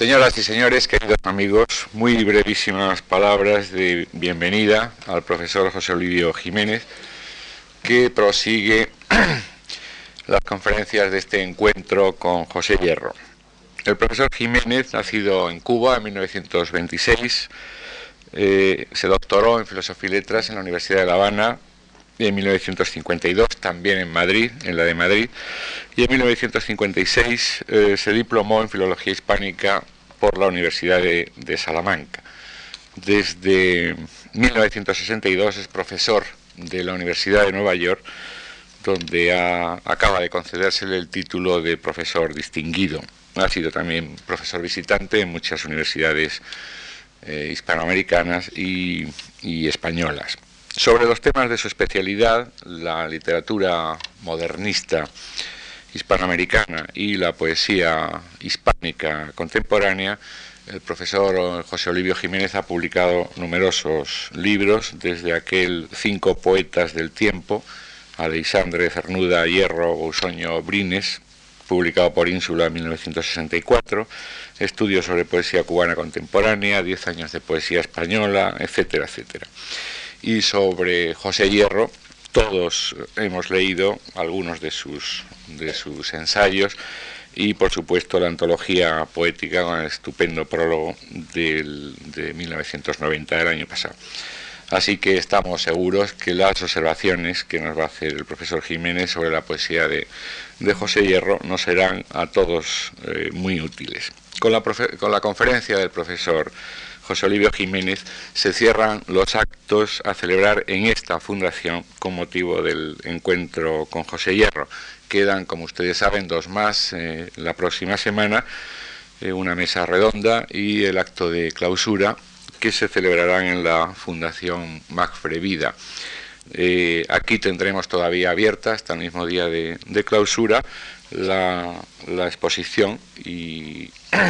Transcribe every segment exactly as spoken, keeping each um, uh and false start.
Señoras y señores, queridos amigos, muy brevísimas palabras de bienvenida al profesor José Olivio Jiménez, que prosigue las conferencias de este encuentro con José Hierro. El profesor Jiménez, nacido en Cuba en mil novecientos veintiséis, eh, se doctoró en Filosofía y Letras en la Universidad de La Habana en mil novecientos cincuenta y dos, también en Madrid, en la de Madrid, y en mil novecientos cincuenta y seis eh, se diplomó en Filología Hispánica por la Universidad de, de Salamanca. Desde mil novecientos sesenta y dos es profesor de la Universidad de Nueva York, donde ha, acaba de concedérsele el título de profesor distinguido. Ha sido también profesor visitante en muchas universidades eh, hispanoamericanas y, y españolas. Sobre los temas de su especialidad, la literatura modernista hispanoamericana y la poesía hispánica contemporánea, el profesor José Olivio Jiménez ha publicado numerosos libros, desde aquel Cinco poetas del tiempo, Aleixandre, Cernuda, Hierro, Bousoño, Brines, publicado por Ínsula en mil novecientos sesenta y cuatro, estudios sobre poesía cubana contemporánea, diez años de poesía española, etcétera, etcétera. Y sobre José Hierro, todos hemos leído algunos de sus, de sus ensayos y, por supuesto, la antología poética con el estupendo prólogo del, de mil novecientos noventa, del año pasado. Así que estamos seguros que las observaciones que nos va a hacer el profesor Jiménez sobre la poesía de, de José Hierro nos serán a todos eh, muy útiles. Con la, profe, con la conferencia del profesor José Olivio Jiménez se cierran los actos a celebrar en esta fundación con motivo del encuentro con José Hierro. Quedan, como ustedes saben, dos más eh, la próxima semana, eh, una mesa redonda y el acto de clausura que se celebrarán en la Fundación Mafre Vida. Eh, aquí tendremos todavía abierta, hasta el mismo día de, de clausura, la, la exposición y...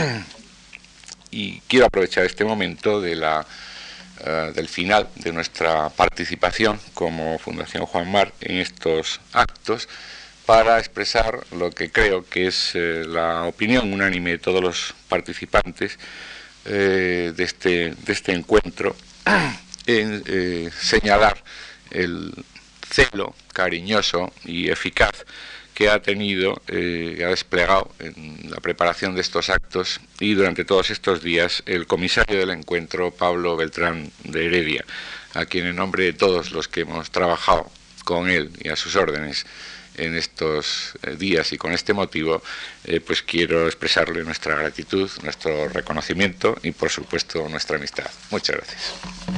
Y quiero aprovechar este momento de la, uh, del final de nuestra participación como Fundación Juan Mar en estos actos para expresar lo que creo que es eh, la opinión unánime de todos los participantes eh, de, este, de este encuentro, en eh, señalar el celo cariñoso y eficaz que ha tenido, eh, que ha desplegado en la preparación de estos actos y durante todos estos días el comisario del encuentro, Pablo Beltrán de Heredia, a quien en nombre de todos los que hemos trabajado con él y a sus órdenes en estos eh, días y con este motivo, eh, pues quiero expresarle nuestra gratitud, nuestro reconocimiento y por supuesto nuestra amistad. Muchas gracias.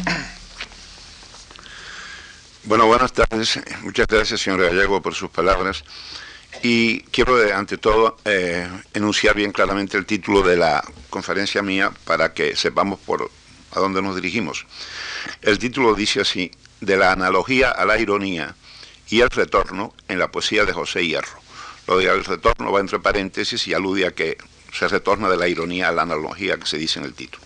Bueno, buenas tardes. Muchas gracias, señor Gallego, por sus palabras. Y quiero, ante todo, eh, enunciar bien claramente el título de la conferencia mía para que sepamos por a dónde nos dirigimos. El título dice así: de la analogía a la ironía y el retorno en la poesía de José Hierro. Lo de el retorno va entre paréntesis y alude a que se retorna de la ironía a la analogía que se dice en el título.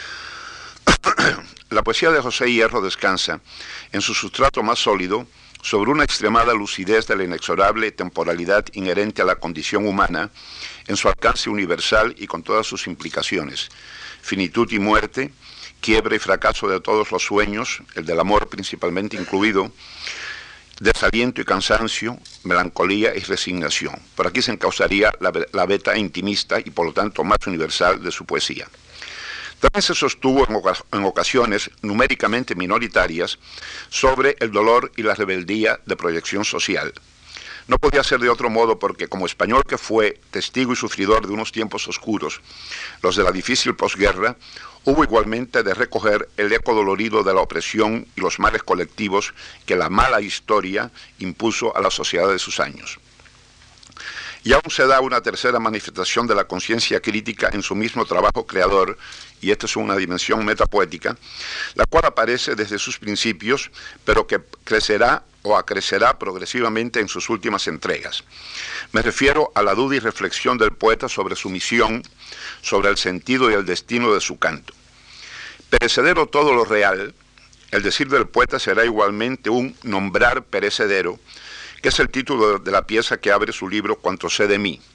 La poesía de José Hierro descansa en su sustrato más sólido sobre una extremada lucidez de la inexorable temporalidad inherente a la condición humana en su alcance universal y con todas sus implicaciones: finitud y muerte, quiebra y fracaso de todos los sueños, el del amor principalmente incluido, desaliento y cansancio, melancolía y resignación. Por aquí se encauzaría la, la beta intimista y por lo tanto más universal de su poesía. También se sostuvo en, oca en ocasiones numéricamente minoritarias sobre el dolor y la rebeldía de proyección social. No podía ser de otro modo porque, como español que fue testigo y sufridor de unos tiempos oscuros, los de la difícil posguerra, hubo igualmente de recoger el eco dolorido de la opresión y los males colectivos que la mala historia impuso a la sociedad de sus años. Y aún se da una tercera manifestación de la conciencia crítica en su mismo trabajo creador, y esta es una dimensión metapoética, la cual aparece desde sus principios, pero que crecerá o acrecerá progresivamente en sus últimas entregas. Me refiero a la duda y reflexión del poeta sobre su misión, sobre el sentido y el destino de su canto. Perecedero todo lo real, el decir del poeta será igualmente un nombrar perecedero, que es el título de la pieza que abre su libro Cuanto sé de mí,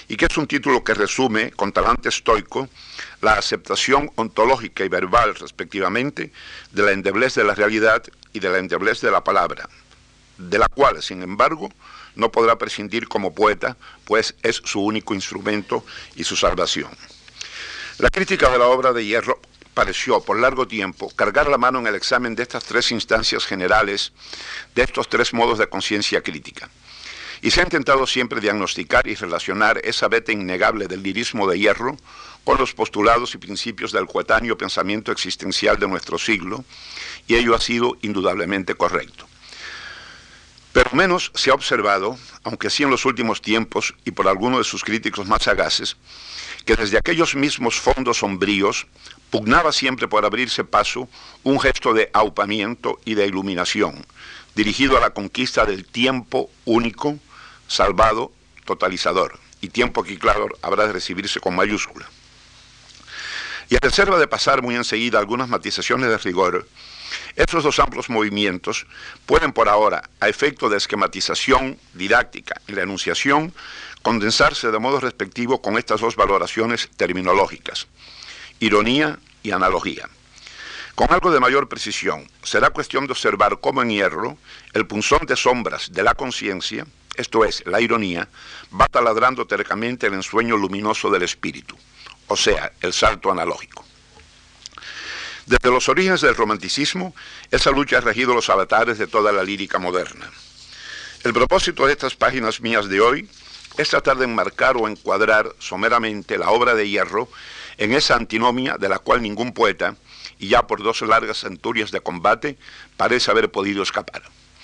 y que es un título que resume, con talante estoico, la aceptación ontológica y verbal, respectivamente, de la endeblez de la realidad y de la endeblez de la palabra, de la cual, sin embargo, no podrá prescindir como poeta, pues es su único instrumento y su salvación. La crítica de la obra de Hierro pareció, por largo tiempo, cargar la mano en el examen de estas tres instancias generales, de estos tres modos de conciencia crítica. Y se ha intentado siempre diagnosticar y relacionar esa veta innegable del lirismo de Hierro con los postulados y principios del coetáneo pensamiento existencial de nuestro siglo, y ello ha sido indudablemente correcto. Pero menos se ha observado, aunque sí en los últimos tiempos y por algunos de sus críticos más sagaces, que desde aquellos mismos fondos sombríos pugnaba siempre por abrirse paso un gesto de aupamiento y de iluminación, dirigido a la conquista del tiempo único, salvado, totalizador, y tiempo que, claro, habrá de recibirse con mayúscula. Y a reserva de pasar muy enseguida algunas matizaciones de rigor, estos dos amplios movimientos pueden por ahora, a efecto de esquematización didáctica y la enunciación, condensarse de modo respectivo con estas dos valoraciones terminológicas, ironía y analogía. Con algo de mayor precisión, será cuestión de observar cómo en Hierro el punzón de sombras de la conciencia, esto es, la ironía, va taladrando tercamente el ensueño luminoso del espíritu, o sea, el salto analógico. Desde los orígenes del romanticismo, esa lucha ha regido los avatares de toda la lírica moderna. El propósito de estas páginas mías de hoy es tratar de enmarcar o encuadrar someramente la obra de Hierro en esa antinomia de la cual ningún poeta, y ya por dos largas centurias de combate, parece haber podido escapar.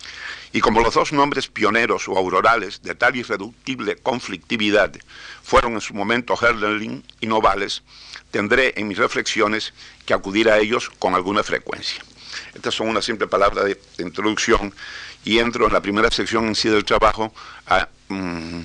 Y como los dos nombres pioneros o aurorales de tal irreductible conflictividad fueron en su momento Hölderlin y Novalis, tendré en mis reflexiones que acudir a ellos con alguna frecuencia. Estas son una simple palabra de, de introducción y entro en la primera sección en sí del trabajo a, mm,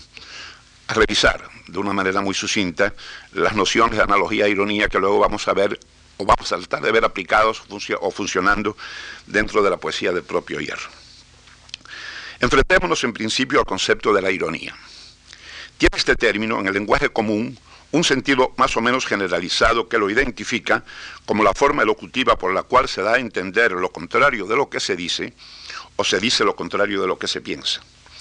a revisar de una manera muy sucinta las nociones de analogía e ironía que luego vamos a ver o vamos a tratar de ver aplicados o funcionando dentro de la poesía del propio Hierro. Enfrentémonos en principio al concepto de la ironía. Tiene este término en el lenguaje común un sentido más o menos generalizado que lo identifica como la forma elocutiva por la cual se da a entender lo contrario de lo que se dice o se dice lo contrario de lo que se piensa.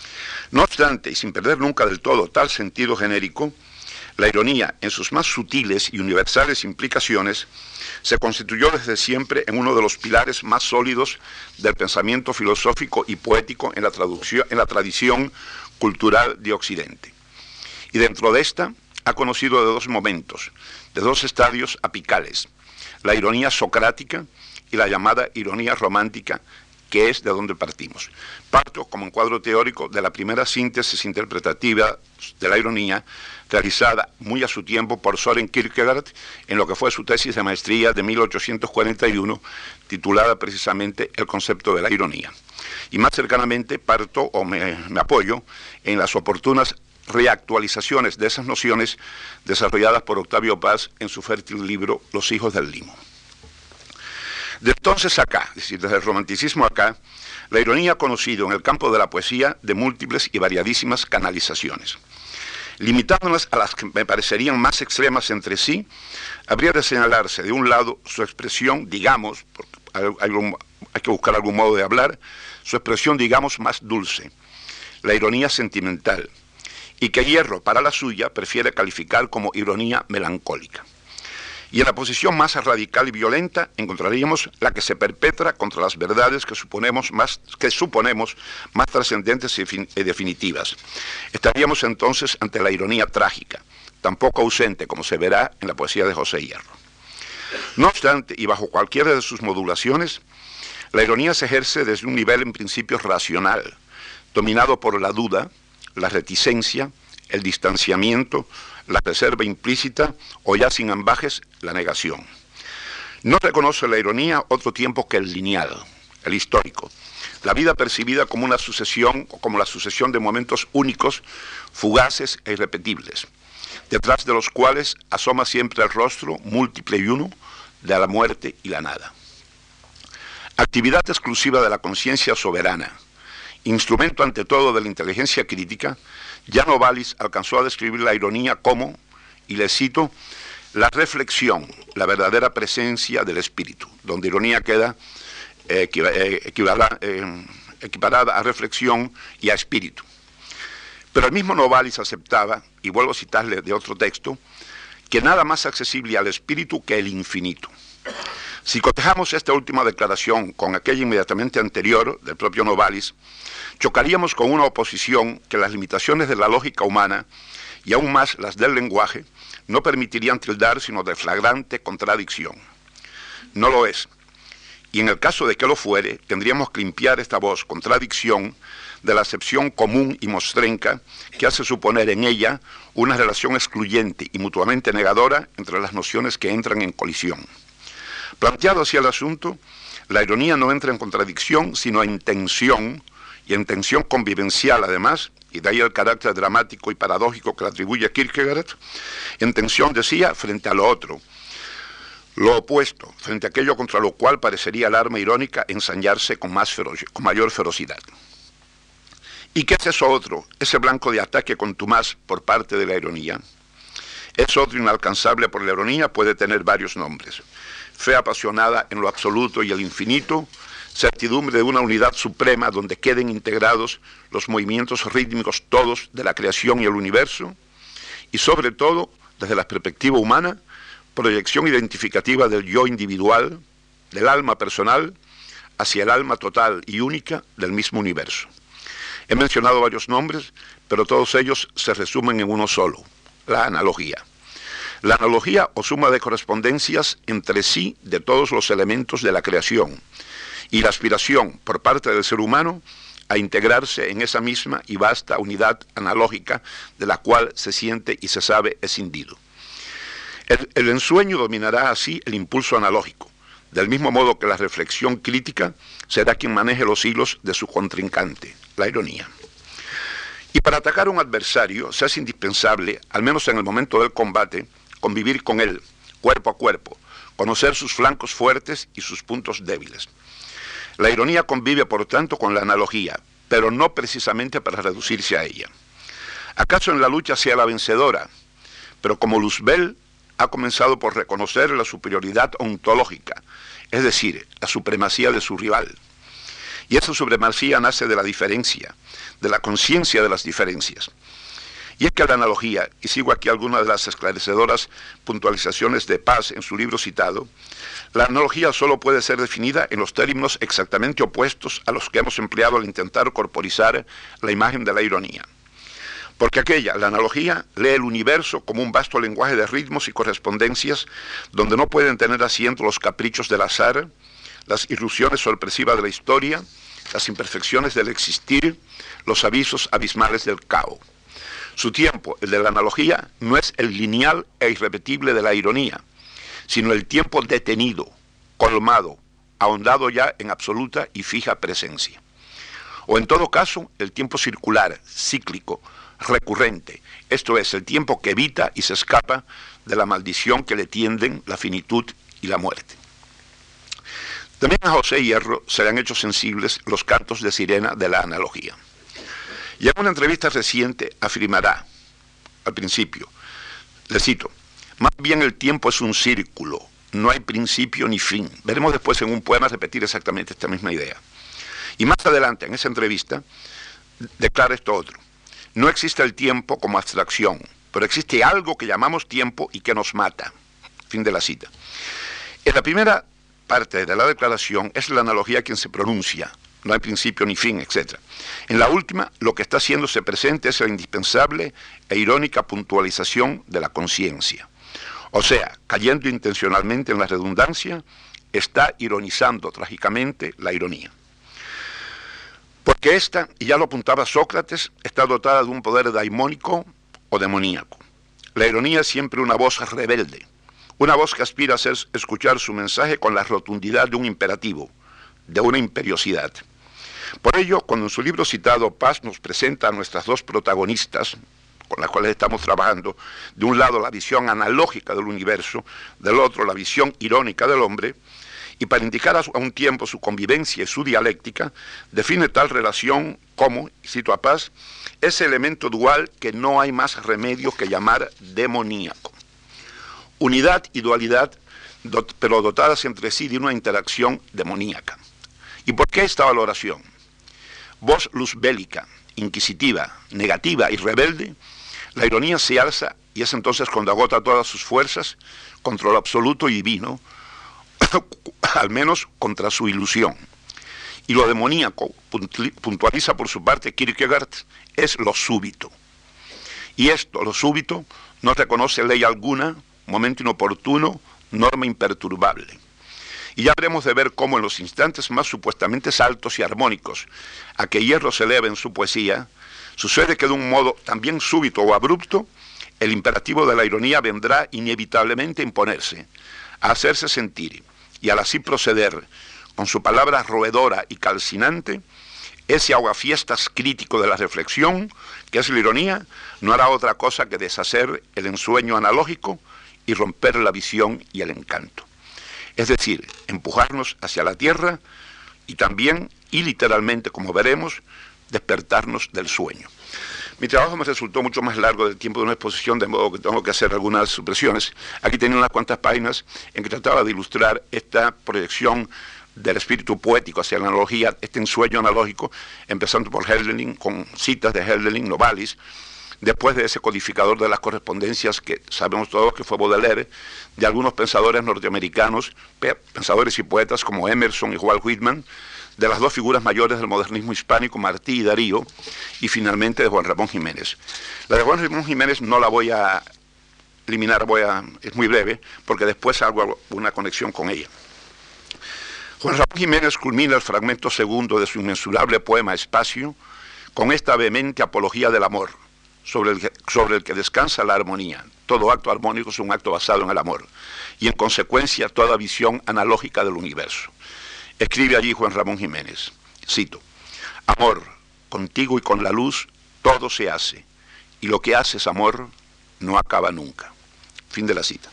No obstante, y sin perder nunca del todo tal sentido genérico, la ironía, en sus más sutiles y universales implicaciones, se constituyó desde siempre en uno de los pilares más sólidos del pensamiento filosófico y poético en la, traducción, en la tradición cultural de Occidente. Y dentro de esta ha conocido de dos momentos, de dos estadios apicales, la ironía socrática y la llamada ironía romántica, que es de donde partimos. Parto, como encuadro teórico, de la primera síntesis interpretativa de la ironía, realizada muy a su tiempo por Søren Kierkegaard, en lo que fue su tesis de maestría de mil ochocientos cuarenta y uno, titulada precisamente El concepto de la ironía. Y más cercanamente parto o me, me apoyo en las oportunas reactualizaciones de esas nociones desarrolladas por Octavio Paz en su fértil libro Los hijos del limo. De entonces acá, es decir, desde el romanticismo acá, la ironía ha conocido en el campo de la poesía de múltiples y variadísimas canalizaciones. Limitándolas a las que me parecerían más extremas entre sí, habría de señalarse de un lado su expresión, digamos, porque hay, hay, hay que buscar algún modo de hablar, su expresión, digamos, más dulce, la ironía sentimental, y que Hierro, para la suya, prefiere calificar como ironía melancólica. Y en la posición más radical y violenta encontraríamos la que se perpetra contra las verdades que suponemos más, que suponemos más trascendentes y definitivas. Estaríamos entonces ante la ironía trágica, tampoco ausente, como se verá en la poesía de José Hierro. No obstante, y bajo cualquiera de sus modulaciones, la ironía se ejerce desde un nivel en principio racional, dominado por la duda, la reticencia, el distanciamiento, la reserva implícita o ya sin ambajes, la negación. No reconoce la ironía otro tiempo que el lineal, el histórico, la vida percibida como una sucesión o como la sucesión de momentos únicos, fugaces e irrepetibles, detrás de los cuales asoma siempre el rostro múltiple y uno de la muerte y la nada. Actividad exclusiva de la conciencia soberana, instrumento ante todo de la inteligencia crítica, Jan Novalis alcanzó a describir la ironía como, y le cito, la reflexión, la verdadera presencia del espíritu, donde ironía queda eh, equivalada, eh, equiparada a reflexión y a espíritu. Pero el mismo Novalis aceptaba, y vuelvo a citarle de otro texto, que nada más accesible al espíritu que el infinito. Si cotejamos esta última declaración con aquella inmediatamente anterior del propio Novalis, chocaríamos con una oposición que las limitaciones de la lógica humana, y aún más las del lenguaje, no permitirían tildar sino de flagrante contradicción. No lo es. Y en el caso de que lo fuere, tendríamos que limpiar esta voz contradicción de la acepción común y mostrenca que hace suponer en ella una relación excluyente y mutuamente negadora entre las nociones que entran en colisión. Planteado así el asunto, la ironía no entra en contradicción, sino en tensión, y en tensión convivencial además, y de ahí el carácter dramático y paradójico que le atribuye Kierkegaard, en tensión, decía, frente a lo otro, lo opuesto, frente a aquello contra lo cual parecería el arma irónica ensañarse con, más fero- con mayor ferocidad. ¿Y qué es eso otro, ese blanco de ataque contumaz por parte de la ironía? Eso otro inalcanzable por la ironía puede tener varios nombres. Fe apasionada en lo absoluto y el infinito, certidumbre de una unidad suprema donde queden integrados los movimientos rítmicos todos de la creación y el universo, y sobre todo, desde la perspectiva humana, proyección identificativa del yo individual, del alma personal, hacia el alma total y única del mismo universo. He mencionado varios nombres, pero todos ellos se resumen en uno solo, la analogía. La analogía o suma de correspondencias entre sí de todos los elementos de la creación, y la aspiración por parte del ser humano a integrarse en esa misma y vasta unidad analógica de la cual se siente y se sabe escindido. El, el ensueño dominará así el impulso analógico, del mismo modo que la reflexión crítica será quien maneje los hilos de su contrincante, la ironía. Y para atacar a un adversario se hace indispensable, al menos en el momento del combate, convivir con él, cuerpo a cuerpo, conocer sus flancos fuertes y sus puntos débiles. La ironía convive, por tanto, con la analogía, pero no precisamente para reducirse a ella. ¿Acaso en la lucha sea la vencedora? Pero como Luzbel ha comenzado por reconocer la superioridad ontológica, es decir, la supremacía de su rival. Y esa supremacía nace de la diferencia, de la conciencia de las diferencias. Y es que la analogía, y sigo aquí algunas de las esclarecedoras puntualizaciones de Paz en su libro citado, la analogía solo puede ser definida en los términos exactamente opuestos a los que hemos empleado al intentar corporizar la imagen de la ironía. Porque aquella, la analogía, lee el universo como un vasto lenguaje de ritmos y correspondencias donde no pueden tener asiento los caprichos del azar, las irrupciones sorpresivas de la historia, las imperfecciones del existir, los avisos abismales del caos. Su tiempo, el de la analogía, no es el lineal e irrepetible de la ironía, sino el tiempo detenido, colmado, ahondado ya en absoluta y fija presencia. O en todo caso, el tiempo circular, cíclico, recurrente, esto es, el tiempo que evita y se escapa de la maldición que le tienden la finitud y la muerte. También a José Hierro se le han hecho sensibles los cantos de sirena de la analogía. Y en una entrevista reciente afirmará, al principio, le cito, más bien el tiempo es un círculo, no hay principio ni fin. Veremos después en un poema repetir exactamente esta misma idea. Y más adelante, en esa entrevista, declara esto otro. No existe el tiempo como abstracción, pero existe algo que llamamos tiempo y que nos mata. Fin de la cita. En la primera parte de la declaración es la analogía quien se pronuncia, no hay principio ni fin, etcétera. En la última, lo que está haciéndose presente es la indispensable e irónica puntualización de la conciencia. O sea, cayendo intencionalmente en la redundancia, está ironizando trágicamente la ironía. Porque esta, y ya lo apuntaba Sócrates, está dotada de un poder daimónico o demoníaco. La ironía es siempre una voz rebelde, una voz que aspira a hacer escuchar su mensaje con la rotundidad de un imperativo, de una imperiosidad. Por ello, cuando en su libro citado Paz nos presenta a nuestras dos protagonistas, con las cuales estamos trabajando, de un lado la visión analógica del universo, del otro la visión irónica del hombre, y para indicar a un tiempo su convivencia y su dialéctica, define tal relación como, y cito a Paz, ese elemento dual que no hay más remedio que llamar demoníaco. Unidad y dualidad, dot, pero dotadas entre sí de una interacción demoníaca. ¿Y por qué esta valoración? Voz luzbélica, inquisitiva, negativa y rebelde, la ironía se alza y es entonces cuando agota todas sus fuerzas contra lo absoluto y divino, al menos contra su ilusión. Y lo demoníaco, puntualiza por su parte Kierkegaard, es lo súbito. Y esto, lo súbito, no reconoce ley alguna, momento inoportuno, norma imperturbable. Y ya habremos de ver cómo en los instantes más supuestamente altos y armónicos a que Hierro se eleva en su poesía, sucede que de un modo también súbito o abrupto, el imperativo de la ironía vendrá inevitablemente a imponerse, a hacerse sentir, y al así proceder, con su palabra roedora y calcinante, ese aguafiestas crítico de la reflexión, que es la ironía, no hará otra cosa que deshacer el ensueño analógico y romper la visión y el encanto. Es decir, empujarnos hacia la tierra y también, y literalmente, como veremos, despertarnos del sueño. Mi trabajo me resultó mucho más largo del tiempo de una exposición, de modo que tengo que hacer algunas supresiones. Aquí tenía unas cuantas páginas en que trataba de ilustrar esta proyección del espíritu poético hacia la analogía, este ensueño analógico, empezando por Hölderlin, con citas de Hölderlin, Novalis, después de ese codificador de las correspondencias que sabemos todos que fue Baudelaire, de algunos pensadores norteamericanos, pensadores y poetas como Emerson y Walt Whitman, de las dos figuras mayores del modernismo hispánico, Martí y Darío, y finalmente de Juan Ramón Jiménez. La de Juan Ramón Jiménez no la voy a eliminar, voy a, es muy breve, porque después hago una conexión con ella. Juan Ramón Jiménez culmina el fragmento segundo de su inmensurable poema Espacio con esta vehemente apología del amor, sobre el, que, sobre el que descansa la armonía. Todo acto armónico es un acto basado en el amor, y en consecuencia toda visión analógica del universo. Escribe allí Juan Ramón Jiménez, cito, amor, contigo y con la luz todo se hace, y lo que haces, amor, no acaba nunca. Fin de la cita.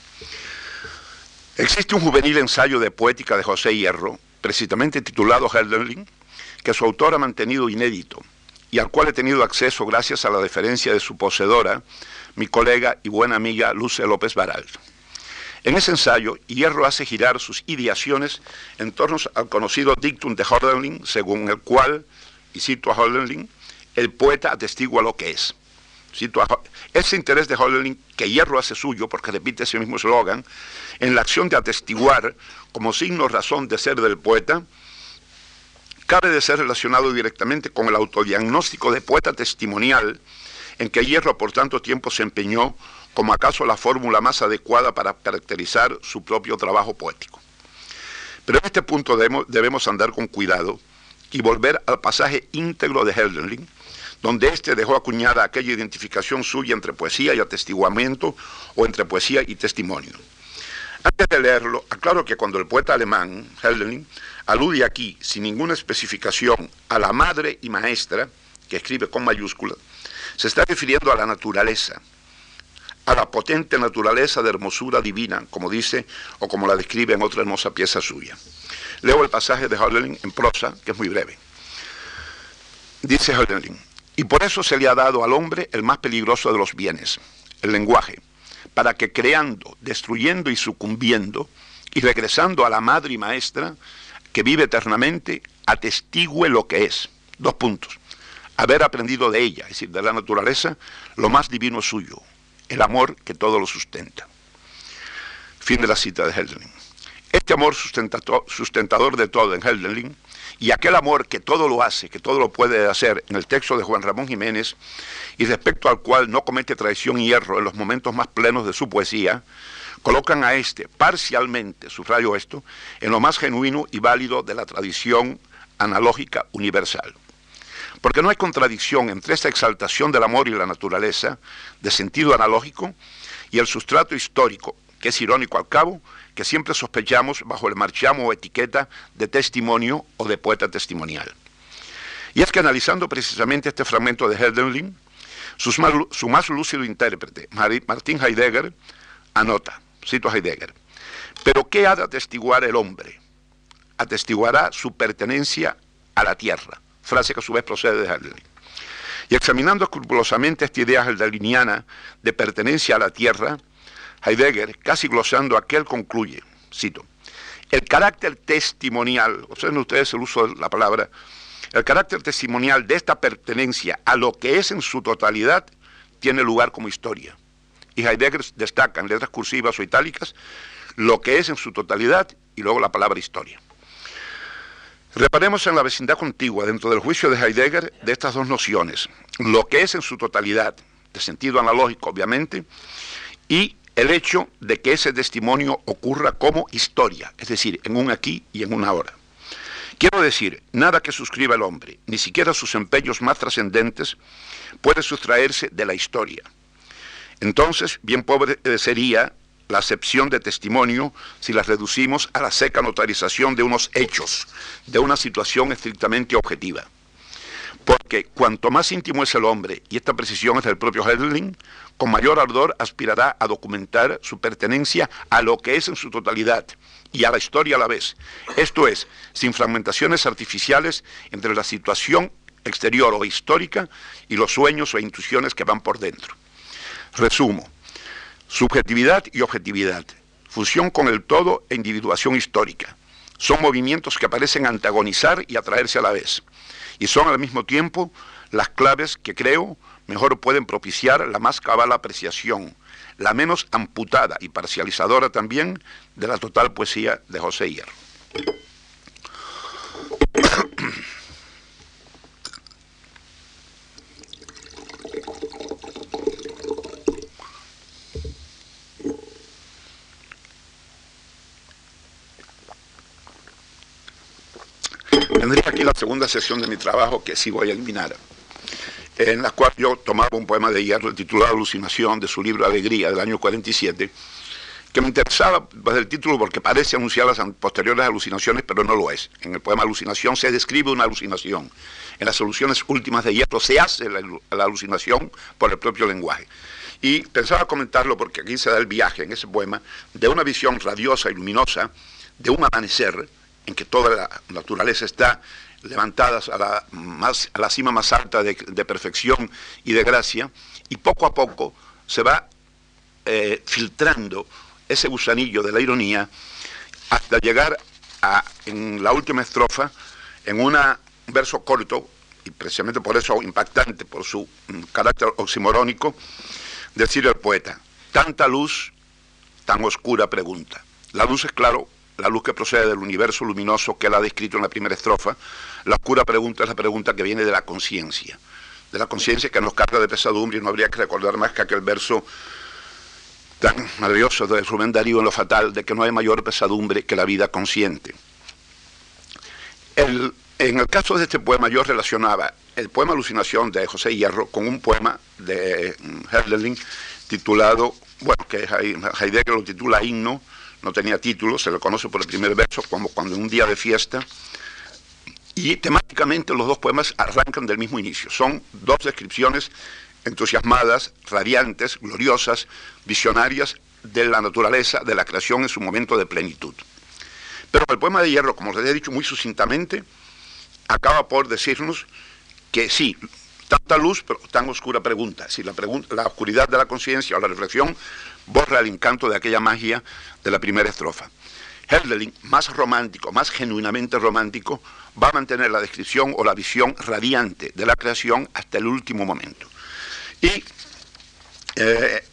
Existe un juvenil ensayo de poética de José Hierro, precisamente titulado Hölderlin, que su autor ha mantenido inédito, y al cual he tenido acceso gracias a la deferencia de su poseedora, mi colega y buena amiga Luce López Baral. En ese ensayo, Hierro hace girar sus ideaciones en torno al conocido dictum de Hölderlin, según el cual, y cito a Hölderlin, el poeta atestigua lo que es. Cito a, ese interés de Hölderlin, que Hierro hace suyo, porque repite ese mismo eslogan, en la acción de atestiguar como signo razón de ser del poeta, cabe de ser relacionado directamente con el autodiagnóstico de poeta testimonial, en que Hierro por tanto tiempo se empeñó como acaso la fórmula más adecuada para caracterizar su propio trabajo poético. Pero en este punto debemos, debemos andar con cuidado y volver al pasaje íntegro de Hölderlin, donde éste dejó acuñada aquella identificación suya entre poesía y atestiguamiento o entre poesía y testimonio. Antes de leerlo, aclaro que cuando el poeta alemán, Hölderlin, alude aquí, sin ninguna especificación, a la madre y maestra, que escribe con mayúsculas, se está refiriendo a la naturaleza, a la potente naturaleza de hermosura divina, como dice o como la describe en otra hermosa pieza suya. Leo el pasaje de Hölderlin en prosa, que es muy breve. Dice Hölderlin, y por eso se le ha dado al hombre el más peligroso de los bienes, el lenguaje, para que creando, destruyendo y sucumbiendo, y regresando a la madre y maestra, que vive eternamente, atestigue lo que es. Dos puntos. Haber aprendido de ella, es decir, de la naturaleza, lo más divino suyo, el amor que todo lo sustenta. Fin de la cita de Hölderlin. Este amor sustentador de todo en Hölderlin, y aquel amor que todo lo hace, que todo lo puede hacer en el texto de Juan Ramón Jiménez, y respecto al cual no comete traición y hierro en los momentos más plenos de su poesía, colocan a este parcialmente, subrayo esto, en lo más genuino y válido de la tradición analógica universal. Porque no hay contradicción entre esta exaltación del amor y la naturaleza, de sentido analógico, y el sustrato histórico, que es irónico al cabo, que siempre sospechamos bajo el marchamo o etiqueta de testimonio o de poeta testimonial. Y es que analizando precisamente este fragmento de Hölderlin, sus más, su más lúcido intérprete, Martin Heidegger, anota, cito a Heidegger, pero ¿qué ha de atestiguar el hombre? atestiguará su pertenencia a la tierra, frase que a su vez procede de Hölderlin. Y examinando escrupulosamente esta idea heideggeriana de pertenencia a la tierra, Heidegger, casi glosando aquel, concluye, cito, el carácter testimonial, observen ustedes el uso de la palabra, el carácter testimonial de esta pertenencia a lo que es en su totalidad tiene lugar como historia. Y Heidegger destaca en letras cursivas o itálicas lo que es en su totalidad y luego la palabra historia. Reparemos en la vecindad contigua dentro del juicio de Heidegger de estas dos nociones, lo que es en su totalidad, de sentido analógico obviamente, y el hecho de que ese testimonio ocurra como historia, es decir, en un aquí y en un ahora. Quiero decir, nada que suscriba el hombre, ni siquiera sus empeños más trascendentes, puede sustraerse de la historia. Entonces, bien pobre sería la acepción de testimonio si la reducimos a la seca notarización de unos hechos, de una situación estrictamente objetiva. Porque cuanto más íntimo es el hombre, y esta precisión es del propio Hölderlin, con mayor ardor aspirará a documentar su pertenencia a lo que es en su totalidad, y a la historia a la vez. Esto es, sin fragmentaciones artificiales entre la situación exterior o histórica y los sueños o intuiciones que van por dentro. Resumo. Subjetividad y objetividad, fusión con el todo e individuación histórica. Son movimientos que parecen antagonizar y atraerse a la vez. Y son al mismo tiempo las claves que creo mejor pueden propiciar la más cabal apreciación, la menos amputada y parcializadora también de la total poesía de José Hierro. Tendría aquí la segunda sesión de mi trabajo que sí voy a eliminar, en la cual yo tomaba un poema de Hierro titulado Alucinación, de su libro Alegría, del año cuarenta y siete, que me interesaba desde el título porque parece anunciar las posteriores alucinaciones, pero no lo es. En el poema Alucinación se describe una alucinación. En las soluciones últimas de Hierro se hace la, la alucinación por el propio lenguaje. Y pensaba comentarlo porque aquí se da el viaje, en ese poema, de una visión radiosa y luminosa, de un amanecer, en que toda la naturaleza está levantada a la, más, a la cima más alta de, de perfección y de gracia, y poco a poco se va eh, filtrando ese gusanillo de la ironía hasta llegar a, en la última estrofa, en una, un verso corto, y precisamente por eso impactante, por su mm, carácter oximorónico, decir el poeta, tanta luz, tan oscura pregunta. La luz es claro, la luz que procede del universo luminoso que él ha descrito en la primera estrofa. La oscura pregunta es la pregunta que viene de la conciencia, de la conciencia que nos carga de pesadumbre, y no habría que recordar más que aquel verso tan maravilloso de Rubén Darío en Lo Fatal, de que no hay mayor pesadumbre que la vida consciente. El, en el caso de este poema yo relacionaba el poema Alucinación de José Hierro con un poema de Hölderlin titulado, bueno, que Heidegger lo titula Himno. No tenía título, se lo conoce por el primer verso, como cuando en un día de fiesta. Y temáticamente los dos poemas arrancan del mismo inicio. Son dos descripciones entusiasmadas, radiantes, gloriosas, visionarias de la naturaleza, de la creación en su momento de plenitud. Pero el poema de Hierro, como les he dicho muy sucintamente, acaba por decirnos que sí, tanta luz, pero tan oscura pregunta. Si la, pregunta, la oscuridad de la conciencia o la reflexión borra el encanto de aquella magia de la primera estrofa. Hölderlin, más romántico, más genuinamente romántico, va a mantener la descripción o la visión radiante de la creación hasta el último momento. Y eh,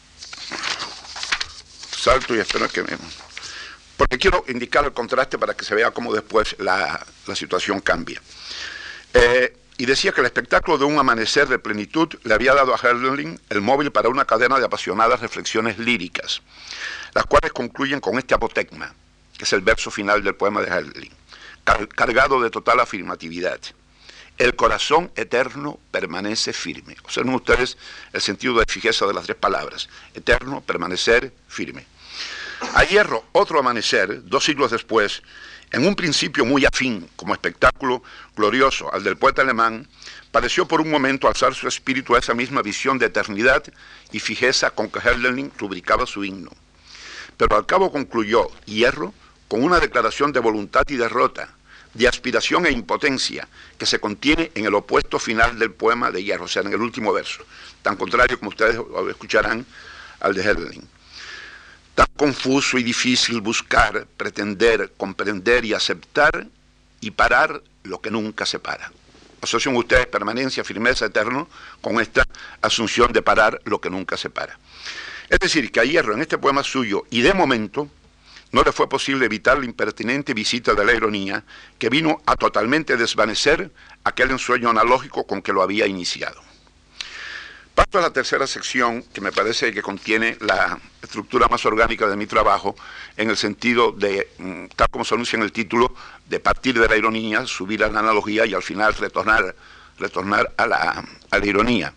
salto y espero que me... porque quiero indicar el contraste para que se vea cómo después la, la situación cambia. Eh, Y decía que el espectáculo de un amanecer de plenitud le había dado a Hölderlin el móvil para una cadena de apasionadas reflexiones líricas, las cuales concluyen con este apotegma, que es el verso final del poema de Hölderlin, car cargado de total afirmatividad. El corazón eterno permanece firme. Observen ustedes el sentido de fijeza de las tres palabras. Eterno, permanecer, firme. A Hierro, otro amanecer, dos siglos después, en un principio muy afín, como espectáculo glorioso al del poeta alemán, pareció por un momento alzar su espíritu a esa misma visión de eternidad y fijeza con que Hölderlin rubricaba su himno. Pero al cabo concluyó Hierro con una declaración de voluntad y derrota, de aspiración e impotencia, que se contiene en el opuesto final del poema de Hierro, o sea, en el último verso, tan contrario como ustedes escucharán al de Hölderlin. Tan confuso y difícil buscar, pretender, comprender y aceptar y parar lo que nunca se para. Asocian ustedes permanencia, firmeza, eterno con esta asunción de parar lo que nunca se para. Es decir, que a Hierro en este poema suyo, y de momento, no le fue posible evitar la impertinente visita de la ironía que vino a totalmente desvanecer aquel ensueño analógico con que lo había iniciado. Paso a la tercera sección, que me parece que contiene la estructura más orgánica de mi trabajo, en el sentido de, tal como se anuncia en el título, de partir de la ironía, subir a la analogía y al final retornar, retornar a, la, a la ironía.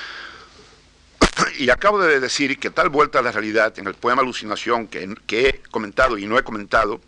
Y acabo de decir que tal vuelta a la realidad en el poema Alucinación que, que he comentado y no he comentado,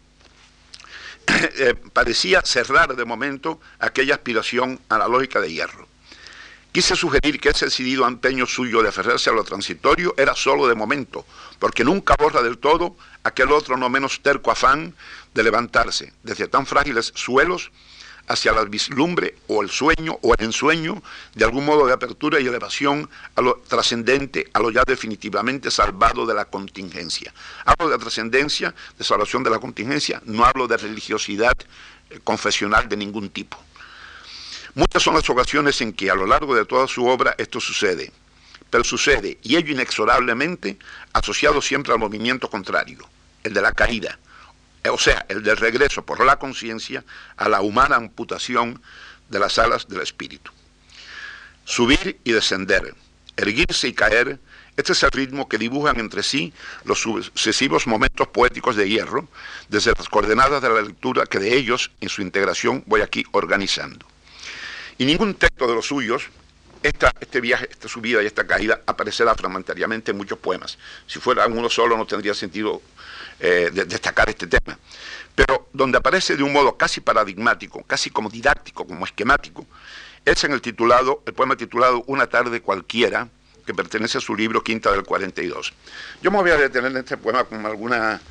eh, parecía cerrar de momento aquella aspiración a la lógica de Hierro. Quise sugerir que ese decidido empeño suyo de aferrarse a lo transitorio era solo de momento, porque nunca borra del todo aquel otro no menos terco afán de levantarse desde tan frágiles suelos hacia la vislumbre o el sueño o el ensueño de algún modo de apertura y elevación a lo trascendente, a lo ya definitivamente salvado de la contingencia. Hablo de trascendencia, de salvación de la contingencia, no hablo de religiosidad eh, confesional de ningún tipo. Muchas son las ocasiones en que a lo largo de toda su obra esto sucede, pero sucede, y ello inexorablemente, asociado siempre al movimiento contrario, el de la caída, o sea, el del regreso por la conciencia a la humana amputación de las alas del espíritu. Subir y descender, erguirse y caer, este es el ritmo que dibujan entre sí los sucesivos momentos poéticos de Hierro, desde las coordenadas de la lectura que de ellos, en su integración, voy aquí organizando. Y ningún texto de los suyos, esta, este viaje, esta subida y esta caída, aparecerá fragmentariamente en muchos poemas. Si fuera uno solo no tendría sentido eh, de destacar este tema. Pero donde aparece de un modo casi paradigmático, casi como didáctico, como esquemático, es en el titulado, el poema titulado Una tarde cualquiera, que pertenece a su libro Quinta del cuarenta y dos. Yo me voy a detener en este poema con alguna...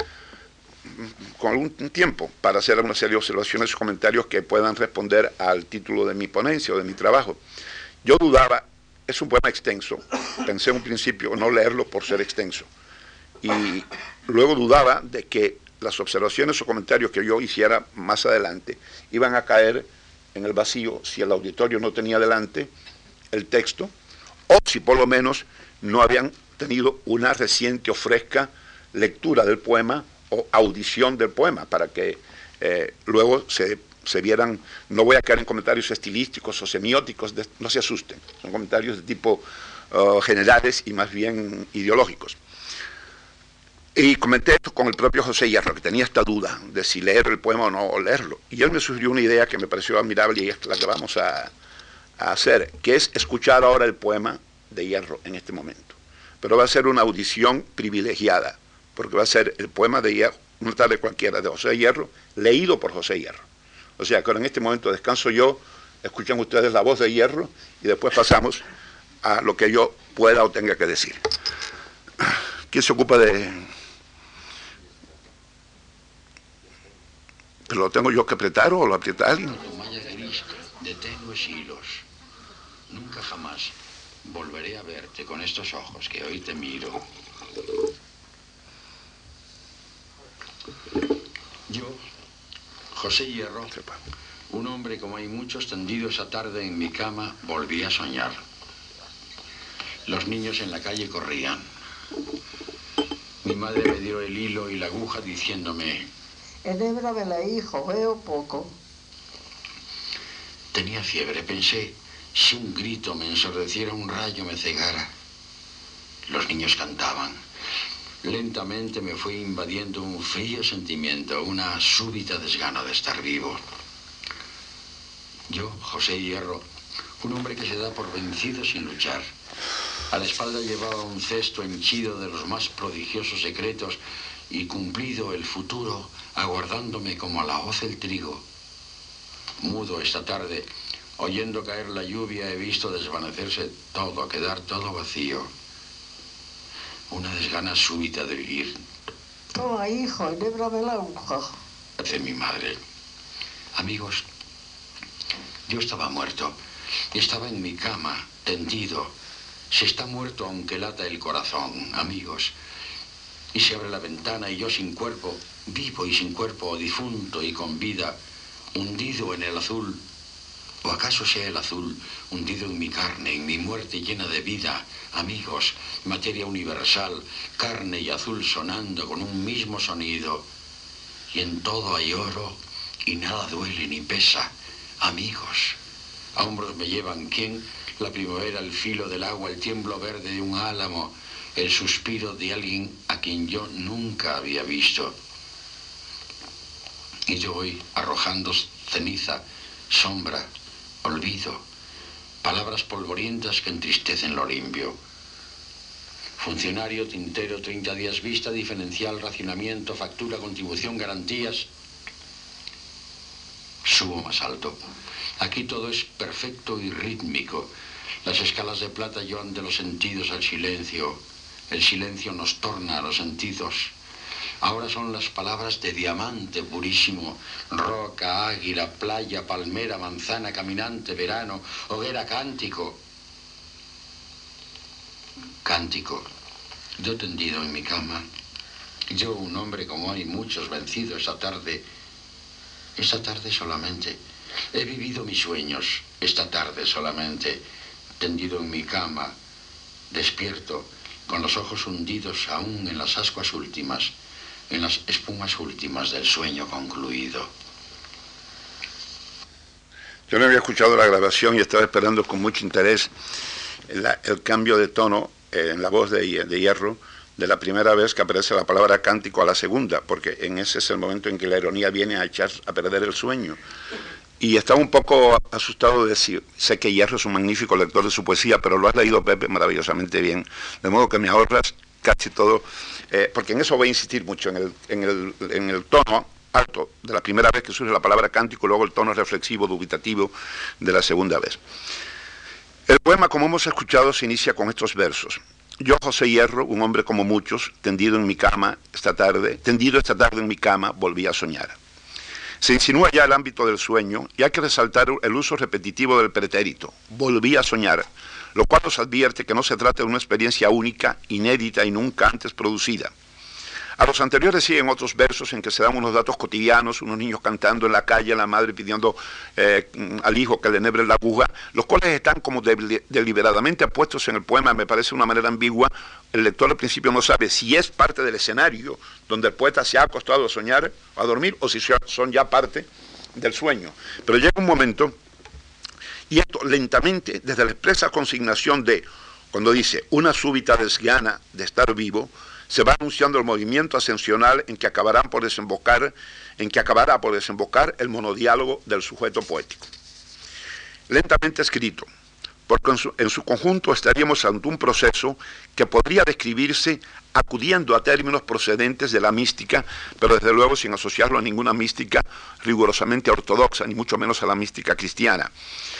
con algún tiempo para hacer una serie de observaciones y comentarios que puedan responder al título de mi ponencia o de mi trabajo. Yo dudaba, es un poema extenso, pensé en un principio no leerlo por ser extenso, y luego dudaba de que las observaciones o comentarios que yo hiciera más adelante iban a caer en el vacío si el auditorio no tenía delante el texto, o si por lo menos no habían tenido una reciente o fresca lectura del poema o audición del poema, para que eh, luego se, se vieran, no voy a caer en comentarios estilísticos o semióticos, de, no se asusten, son comentarios de tipo uh, generales y más bien ideológicos. Y comenté esto con el propio José Hierro, que tenía esta duda de si leer el poema o no leerlo, y él me sugirió una idea que me pareció admirable y es la que vamos a, a hacer, que es escuchar ahora el poema de Hierro en este momento, pero va a ser una audición privilegiada, porque va a ser el poema de Hierro, Una tarde cualquiera, de José Hierro, leído por José Hierro. O sea que ahora en este momento descanso yo, escuchan ustedes la voz de Hierro, y después pasamos a lo que yo pueda o tenga que decir. ¿Quién se ocupa de...? ¿Pero lo tengo yo que apretar o lo aprieta alguien? Malla gris de tenues hilos. Nunca jamás volveré a verte con estos ojos que hoy te miro. Yo, José Hierro, un hombre como hay muchos tendido esa tarde en mi cama, volví a soñar. Los niños en la calle corrían. Mi madre me dio el hilo y la aguja diciéndome: enébramela, hijo, veo poco. Tenía fiebre, pensé, si un grito me ensordeciera, un rayo me cegara. Los niños cantaban. Lentamente me fue invadiendo un frío sentimiento, una súbita desgana de estar vivo. Yo, José Hierro, un hombre que se da por vencido sin luchar. A la espalda llevaba un cesto henchido de los más prodigiosos secretos y cumplido el futuro, aguardándome como a la hoz el trigo. Mudo esta tarde, oyendo caer la lluvia, he visto desvanecerse todo, quedar todo vacío. Una desgana súbita de vivir, Toma, hijo, enhébrame la aguja. De mi madre. Amigos, yo estaba muerto. Estaba en mi cama, tendido. Se está muerto aunque lata el corazón, amigos. Y se abre la ventana y yo sin cuerpo, vivo y sin cuerpo, difunto y con vida, hundido en el azul. ¿O acaso sea el azul hundido en mi carne, en mi muerte llena de vida? Amigos, materia universal, carne y azul sonando con un mismo sonido. Y en todo hay oro y nada duele ni pesa. Amigos, a hombros me llevan quién, la primavera, el filo del agua, el tiemblo verde de un álamo, el suspiro de alguien a quien yo nunca había visto. Y yo voy arrojando ceniza, sombra, olvido, palabras polvorientas que entristecen lo limpio. Funcionario, tintero, treinta días vista, diferencial, racionamiento, factura, contribución, garantías. Subo más alto. Aquí todo es perfecto y rítmico. Las escalas de plata llevan de los sentidos al silencio. El silencio nos torna a los sentidos. Ahora son las palabras de diamante purísimo. Roca, águila, playa, palmera, manzana, caminante, verano, hoguera, cántico. Cántico. Yo tendido en mi cama. Yo, un hombre como hay muchos, vencido esta tarde. Esta tarde solamente. He vivido mis sueños. Esta tarde solamente. Tendido en mi cama. Despierto. Con los ojos hundidos aún en las ascuas últimas. En las espumas últimas del sueño concluido. Yo no había escuchado la grabación y estaba esperando con mucho interés la, el cambio de tono eh, en la voz de, de Hierro de la primera vez que aparece la palabra cántico a la segunda, porque en ese es el momento en que la ironía viene a echar a perder el sueño. Y estaba un poco asustado de decir, sé que Hierro es un magnífico lector de su poesía, pero lo has leído, Pepe, maravillosamente bien, de modo que me ahorras casi todo, eh, porque en eso voy a insistir mucho, en el, en, el, en el tono alto de la primera vez que surge la palabra cántico, y luego el tono reflexivo, dubitativo de la segunda vez. El poema, como hemos escuchado, se inicia con estos versos. Yo, José Hierro, un hombre como muchos, tendido en mi cama esta tarde, tendido esta tarde en mi cama, volví a soñar. Se insinúa ya el ámbito del sueño y hay que resaltar el uso repetitivo del pretérito, volví a soñar, lo cual nos advierte que no se trata de una experiencia única, inédita y nunca antes producida. A los anteriores siguen otros versos en que se dan unos datos cotidianos, unos niños cantando en la calle, la madre pidiendo eh, al hijo que le enhebre la aguja, los cuales están como de, deliberadamente puestos en el poema, me parece de una manera ambigua. El lector al principio no sabe si es parte del escenario donde el poeta se ha acostado a soñar o a dormir, o si son ya parte del sueño. Pero llega un momento, y esto lentamente, desde la expresa consignación de, cuando dice, una súbita desgana de estar vivo, se va anunciando el movimiento ascensional en que acabarán por desembocar, en que acabará por desembocar el monodiálogo del sujeto poético. Lentamente escrito, porque en su, en su conjunto estaríamos ante un proceso que podría describirse acudiendo a términos procedentes de la mística, pero desde luego sin asociarlo a ninguna mística rigurosamente ortodoxa, ni mucho menos a la mística cristiana.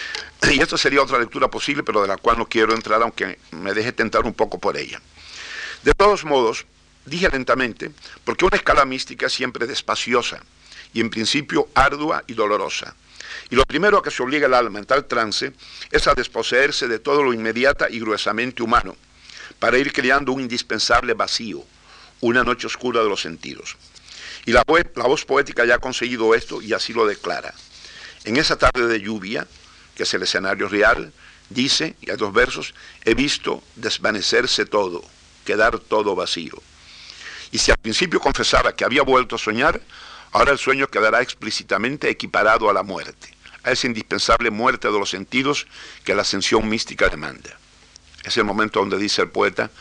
Y esto sería otra lectura posible, pero de la cual no quiero entrar, aunque me deje tentar un poco por ella. De todos modos, dije lentamente, porque una escala mística es siempre despaciosa y en principio ardua y dolorosa. Y lo primero a que se obliga el alma en tal trance es a desposeerse de todo lo inmediata y gruesamente humano, para ir creando un indispensable vacío, una noche oscura de los sentidos. Y la, la voz poética ya ha conseguido esto y así lo declara. En esa tarde de lluvia, que es el escenario real, dice, y hay dos versos, he visto desvanecerse todo, quedar todo vacío. Y si al principio confesaba que había vuelto a soñar, ahora el sueño quedará explícitamente equiparado a la muerte, a esa indispensable muerte de los sentidos que la ascensión mística demanda. Es el momento donde dice el poeta,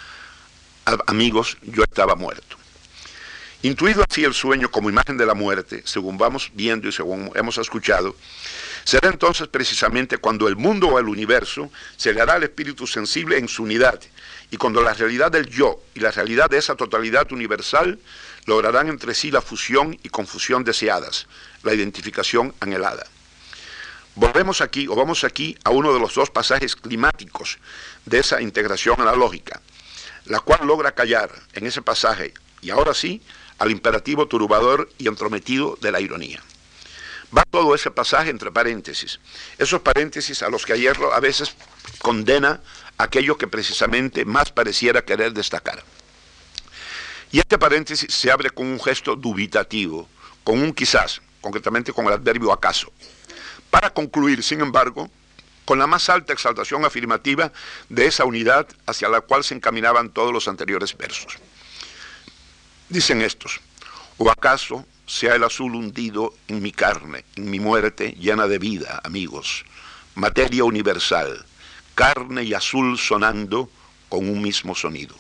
amigos, yo estaba muerto. Intuido así el sueño como imagen de la muerte, según vamos viendo y según hemos escuchado, será entonces precisamente cuando el mundo o el universo se le hará al espíritu sensible en su unidad, y cuando la realidad del yo y la realidad de esa totalidad universal lograrán entre sí la fusión y confusión deseadas, la identificación anhelada. Volvemos aquí, o vamos aquí, a uno de los dos pasajes climáticos de esa integración analógica, la cual logra callar en ese pasaje, y ahora sí, al imperativo turbador y entrometido de la ironía. Va todo ese pasaje entre paréntesis, esos paréntesis a los que Hierro a veces condena aquello que precisamente más pareciera querer destacar. Y este paréntesis se abre con un gesto dubitativo, con un quizás, concretamente con el adverbio acaso, para concluir, sin embargo, con la más alta exaltación afirmativa de esa unidad hacia la cual se encaminaban todos los anteriores versos. Dicen estos: ¿o acaso sea el azul hundido en mi carne, en mi muerte llena de vida, amigos? Materia universal, carne y azul sonando con un mismo sonido.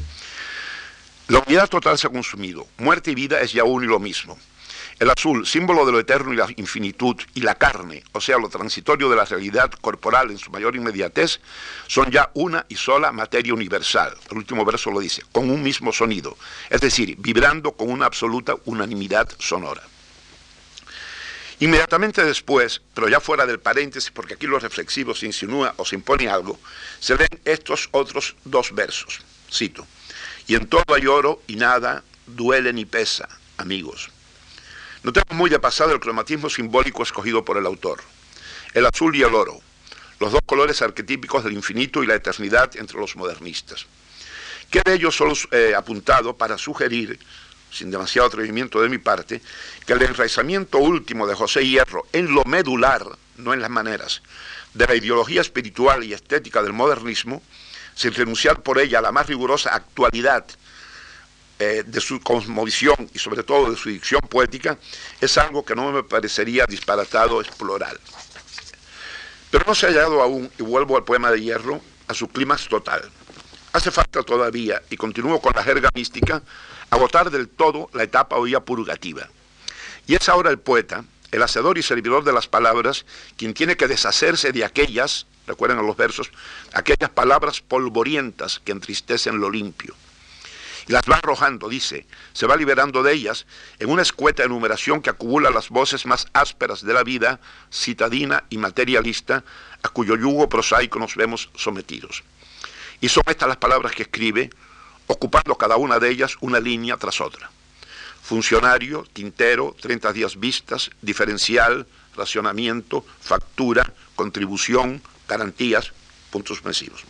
La unidad total se ha consumido, muerte y vida es ya uno y lo mismo. El azul, símbolo de lo eterno y la infinitud, y la carne, o sea, lo transitorio de la realidad corporal en su mayor inmediatez, son ya una y sola materia universal. El último verso lo dice, con un mismo sonido, es decir, vibrando con una absoluta unanimidad sonora. Inmediatamente después, pero ya fuera del paréntesis, porque aquí lo reflexivo se insinúa o se impone algo, se leen estos otros dos versos. Cito: y en todo hay oro y nada duele ni pesa, amigos. Notemos muy de pasada el cromatismo simbólico escogido por el autor. El azul y el oro, los dos colores arquetípicos del infinito y la eternidad entre los modernistas. Queda ello solo eh, apuntado para sugerir, sin demasiado atrevimiento de mi parte, que el enraizamiento último de José Hierro en lo medular, no en las maneras, de la ideología espiritual y estética del modernismo, sin renunciar por ella a la más rigurosa actualidad Eh, de su cosmovisión y sobre todo de su dicción poética, es algo que no me parecería disparatado explorar. Pero no se ha llegado aún, y vuelvo al poema de Hierro, a su clímax total. Hace falta todavía, y continúo con la jerga mística, agotar del todo la etapa hoy purgativa. Y es ahora el poeta, el hacedor y servidor de las palabras, quien tiene que deshacerse de aquellas, recuerden a los versos, aquellas palabras polvorientas que entristecen lo limpio. Y las va arrojando, dice, se va liberando de ellas en una escueta enumeración que acumula las voces más ásperas de la vida, citadina y materialista, a cuyo yugo prosaico nos vemos sometidos. Y son estas las palabras que escribe, ocupando cada una de ellas una línea tras otra. Funcionario, tintero, treinta días vistas, diferencial, racionamiento, factura, contribución, garantías, puntos suspensivos.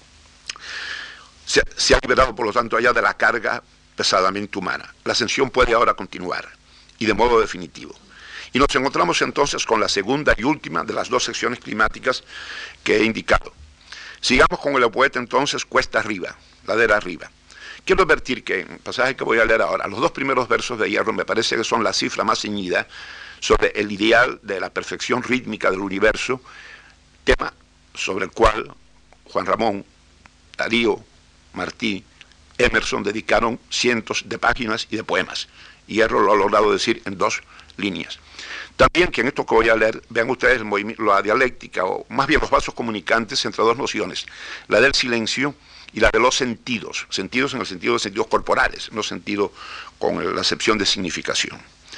Se, se ha liberado, por lo tanto, allá de la carga pesadamente humana. La ascensión puede ahora continuar, y de modo definitivo. Y nos encontramos entonces con la segunda y última de las dos secciones climáticas que he indicado. Sigamos con el poeta entonces cuesta arriba, ladera arriba. Quiero advertir que, en el pasaje que voy a leer ahora, los dos primeros versos de Hierro me parece que son la cifra más ceñida sobre el ideal de la perfección rítmica del universo, tema sobre el cual Juan Ramón, Darío, Martí, Emerson dedicaron cientos de páginas y de poemas. Hierro lo ha logrado decir en dos líneas. También que en esto que voy a leer, vean ustedes el movimiento, la dialéctica, o más bien los vasos comunicantes entre dos nociones, la del silencio y la de los sentidos, sentidos en el sentido de sentidos corporales, no sentido con la acepción de significación.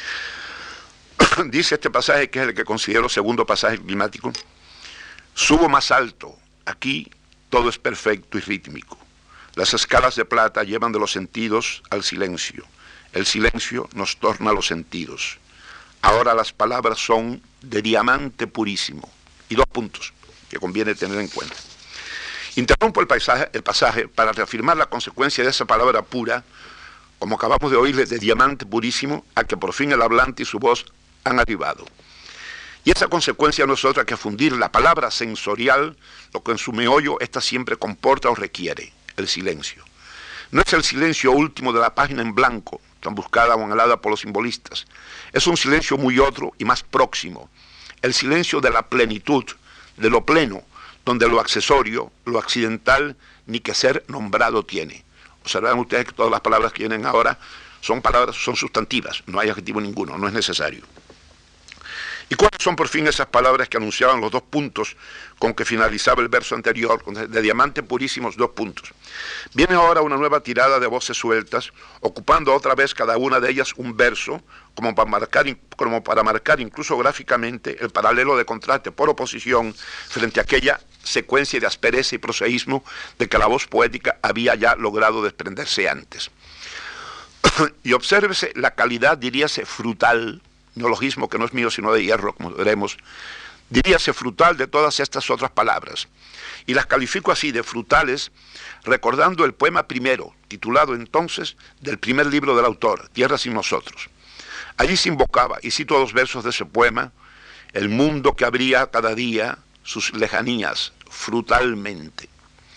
Dice este pasaje, que es el que considero segundo pasaje climático: subo más alto, aquí todo es perfecto y rítmico. Las escalas de plata llevan de los sentidos al silencio. El silencio nos torna los sentidos. Ahora las palabras son de diamante purísimo. Y dos puntos que conviene tener en cuenta. Interrumpo el, paisaje, el pasaje para reafirmar la consecuencia de esa palabra pura, como acabamos de oírle, de diamante purísimo, a que por fin el hablante y su voz han arribado. Y esa consecuencia no es otra que fundir la palabra sensorial, lo que en su meollo ésta siempre comporta o requiere: el silencio. No es el silencio último de la página en blanco, tan buscada o anhelada por los simbolistas. Es un silencio muy otro y más próximo. El silencio de la plenitud, de lo pleno, donde lo accesorio, lo accidental, ni que ser nombrado tiene. Observan ustedes que todas las palabras que vienen ahora son palabras, son sustantivas, no hay adjetivo ninguno, no es necesario. ¿Y cuáles son por fin esas palabras que anunciaban los dos puntos con que finalizaba el verso anterior, de diamante purísimos, dos puntos? Viene ahora una nueva tirada de voces sueltas, ocupando otra vez cada una de ellas un verso, como para marcar, como para marcar incluso gráficamente el paralelo de contraste por oposición frente a aquella secuencia de aspereza y proseísmo de que la voz poética había ya logrado desprenderse antes. Y obsérvese la calidad, diríase, frutal, neologismo que no es mío sino de Hierro, como veremos, diríase frutal de todas estas otras palabras. Y las califico así de frutales, recordando el poema primero, titulado entonces del primer libro del autor, Tierra sin nosotros. Allí se invocaba, y cito dos versos de ese poema, el mundo que abría cada día sus lejanías frutalmente.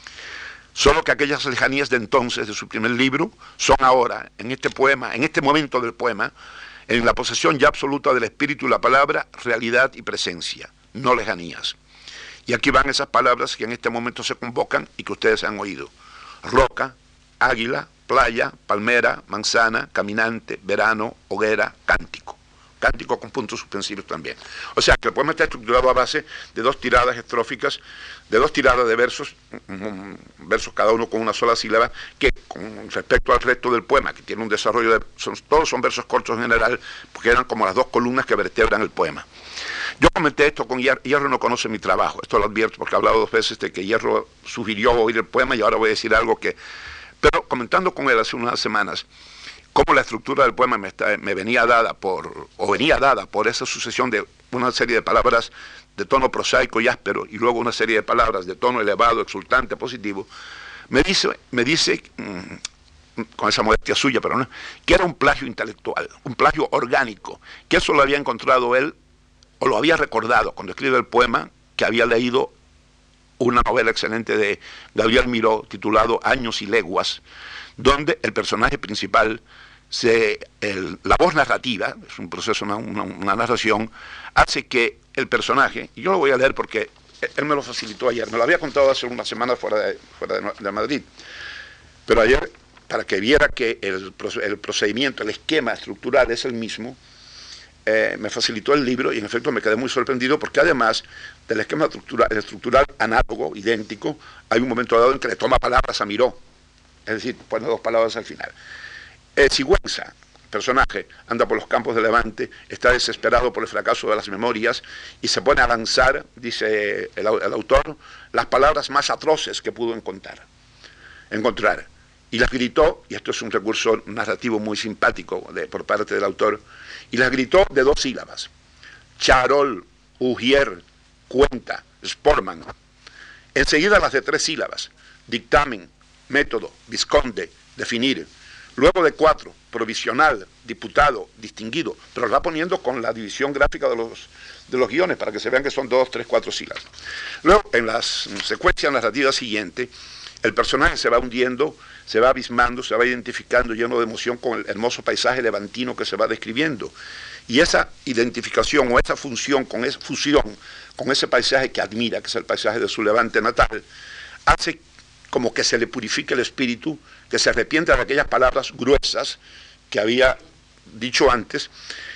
Solo que aquellas lejanías de entonces, de su primer libro, son ahora, en este poema, en este momento del poema, en la posesión ya absoluta del espíritu y la palabra, realidad y presencia, no lejanías. Y aquí van esas palabras que en este momento se convocan y que ustedes han oído. Roca, águila, playa, palmera, manzana, caminante, verano, hoguera, cántico. Cántico con puntos suspensivos también. O sea que el poema está estructurado a base de dos tiradas estróficas, de dos tiradas de versos, versos cada uno con una sola sílaba, que con respecto al resto del poema, que tiene un desarrollo de... Son, todos son versos cortos en general, porque eran como las dos columnas que vertebran el poema. Yo comenté esto con Hierro, Hierro no conoce mi trabajo, esto lo advierto porque he hablado dos veces de que Hierro sugirió oír el poema y ahora voy a decir algo que... Pero comentando con él hace unas semanas, cómo la estructura del poema me, está, me venía dada por, o venía dada por esa sucesión de una serie de palabras de tono prosaico y áspero, y luego una serie de palabras de tono elevado, exultante, positivo, me dice, me dice mmm, con esa modestia suya, pero no, que era un plagio intelectual, un plagio orgánico, que eso lo había encontrado él, o lo había recordado cuando escribe el poema, que había leído una novela excelente de Gabriel Miró, titulado Años y Leguas, donde el personaje principal, se, el, la voz narrativa, es un proceso, una, una, una narración, hace que el personaje, y yo lo voy a leer porque él me lo facilitó ayer, me lo había contado hace una semana fuera de, fuera de, de Madrid, pero ayer, para que viera que el, el procedimiento, el esquema estructural es el mismo, eh, me facilitó el libro y en efecto me quedé muy sorprendido porque además del esquema estructural, estructural análogo, idéntico, hay un momento dado en que le toma palabras a Miró, es decir, pone dos palabras al final. Eh, Sigüenza, personaje, anda por los campos de Levante, está desesperado por el fracaso de las memorias y se pone a lanzar, dice el, el autor, las palabras más atroces que pudo encontrar. encontrar. Y las gritó, y esto es un recurso narrativo muy simpático de, por parte del autor, y las gritó de dos sílabas. Charol, Ujier, cuenta, Sportman. Enseguida las de tres sílabas. Dictamen, método, visconde, definir. Luego de cuatro, provisional, diputado, distinguido, pero lo va poniendo con la división gráfica de los, de los guiones para que se vean que son dos, tres, cuatro sílabas. Luego, en la secuencia narrativa siguiente, el personaje se va hundiendo, se va abismando, se va identificando lleno de emoción con el hermoso paisaje levantino que se va describiendo. Y esa identificación o esa función, con esa fusión con ese paisaje que admira, que es el paisaje de su Levante natal, hace como que se le purifique el espíritu, que se arrepienta de aquellas palabras gruesas que había dicho antes,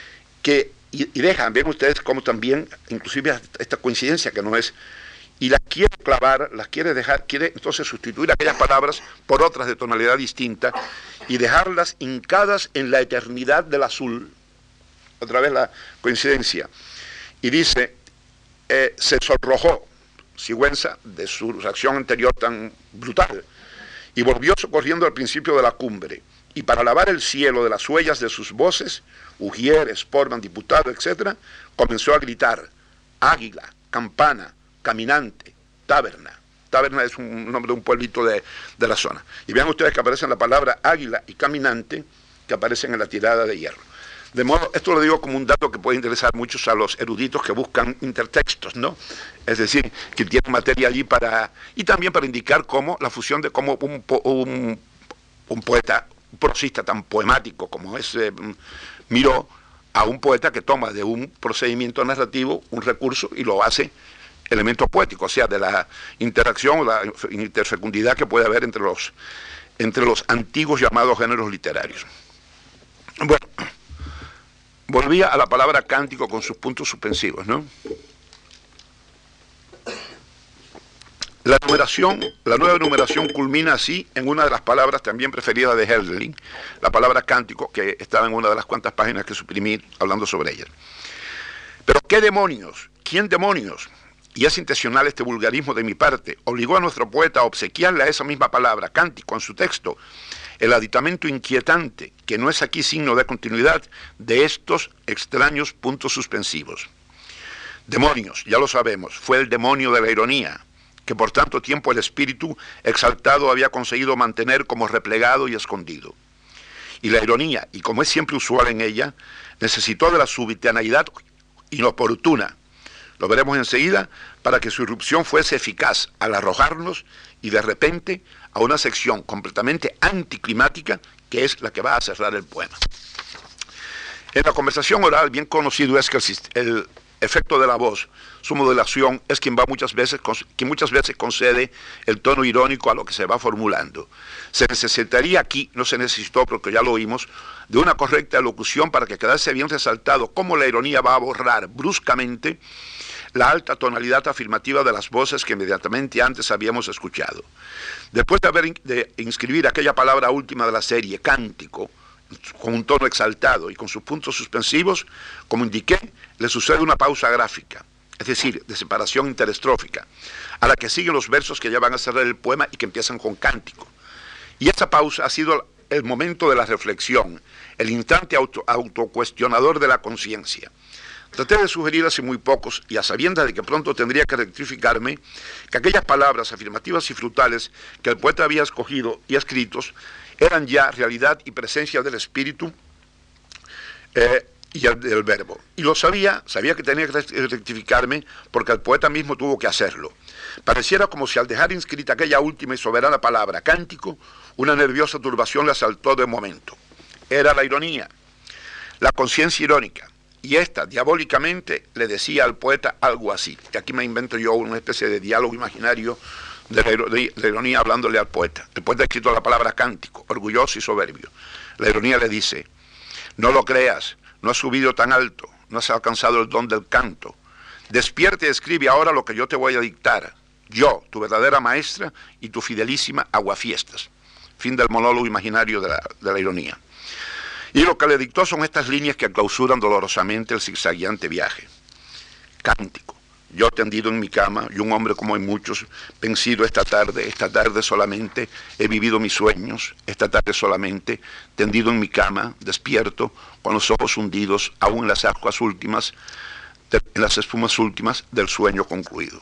que, y, y dejan, ven ustedes como también, inclusive esta coincidencia que no es, y las quiere clavar, las quiere dejar, quiere entonces sustituir aquellas palabras por otras de tonalidad distinta y dejarlas hincadas en la eternidad del azul. Otra vez la coincidencia. Y dice, eh, se sonrojó Sigüenza de su reacción anterior tan brutal y volvió corriendo al principio de la cumbre y para lavar el cielo de las huellas de sus voces, Ujier, Sportman, diputado, etcétera, comenzó a gritar, águila, campana, caminante, taberna. Taberna es un nombre de un pueblito de, de la zona. Y vean ustedes que aparecen la palabra águila y caminante que aparecen en la tirada de Hierro. De modo, esto lo digo como un dato que puede interesar muchos a los eruditos que buscan intertextos, ¿no? Es decir, que tienen materia allí para... Y también para indicar cómo la fusión de cómo un, un, un poeta, un prosista tan poemático como es eh, Miró, a un poeta que toma de un procedimiento narrativo un recurso y lo hace elemento poético, o sea, de la interacción o la interfecundidad que puede haber entre los, entre los antiguos llamados géneros literarios. Bueno, volvía a la palabra cántico con sus puntos suspensivos, ¿no? La numeración, la nueva numeración culmina así en una de las palabras también preferidas de Hölderlin, la palabra cántico, que estaba en una de las cuantas páginas que suprimí hablando sobre ella. Pero ¿qué demonios? ¿Quién demonios? Y es intencional este vulgarismo de mi parte, obligó a nuestro poeta a obsequiarle a esa misma palabra, cántico, en su texto, el aditamento inquietante, que no es aquí signo de continuidad, de estos extraños puntos suspensivos. Demonios, ya lo sabemos, fue el demonio de la ironía, que por tanto tiempo el espíritu exaltado había conseguido mantener como replegado y escondido. Y la ironía, y como es siempre usual en ella, necesitó de la subitaneidad inoportuna, lo veremos enseguida, para que su irrupción fuese eficaz al arrojarnos y de repente a una sección completamente anticlimática, que es la que va a cerrar el poema. En la conversación oral, bien conocido es que el, el efecto de la voz, su modulación, es quien, va muchas veces, quien muchas veces concede el tono irónico a lo que se va formulando. Se necesitaría aquí, no se necesitó porque ya lo oímos, de una correcta elocución para que quedase bien resaltado cómo la ironía va a borrar bruscamente la alta tonalidad afirmativa de las voces que inmediatamente antes habíamos escuchado. Después de, haber, de inscribir aquella palabra última de la serie, cántico, con un tono exaltado y con sus puntos suspensivos, como indiqué, le sucede una pausa gráfica, es decir, de separación interestrófica, a la que siguen los versos que ya van a cerrar el poema y que empiezan con cántico. Y esa pausa ha sido el momento de la reflexión, el instante auto, autocuestionador de la conciencia. Traté de sugerir hace muy pocos, y a sabiendas de que pronto tendría que rectificarme, que aquellas palabras afirmativas y frutales que el poeta había escogido y escritos eran ya realidad y presencia del espíritu eh, y el, del verbo. Y lo sabía, sabía que tenía que rectificarme porque el poeta mismo tuvo que hacerlo. Pareciera como si al dejar inscrita aquella última y soberana palabra, cántico, una nerviosa turbación le asaltó de momento. Era la ironía, la conciencia irónica. Y esta, diabólicamente, le decía al poeta algo así, que aquí me invento yo una especie de diálogo imaginario de la ironía hablándole al poeta. El poeta ha escrito la palabra cántico, orgulloso y soberbio. La ironía le dice, no lo creas, no has subido tan alto, no has alcanzado el don del canto. Despierte y escribe ahora lo que yo te voy a dictar. Yo, tu verdadera maestra y tu fidelísima aguafiestas. Fin del monólogo imaginario de la, de la ironía. Y lo que le dictó son estas líneas que clausuran dolorosamente el zigzagueante viaje. Cántico. Yo tendido en mi cama, y un hombre como hay muchos, vencido esta tarde, esta tarde solamente, he vivido mis sueños, esta tarde solamente, tendido en mi cama, despierto, con los ojos hundidos, aún en las aguas últimas, de, en las espumas últimas del sueño concluido.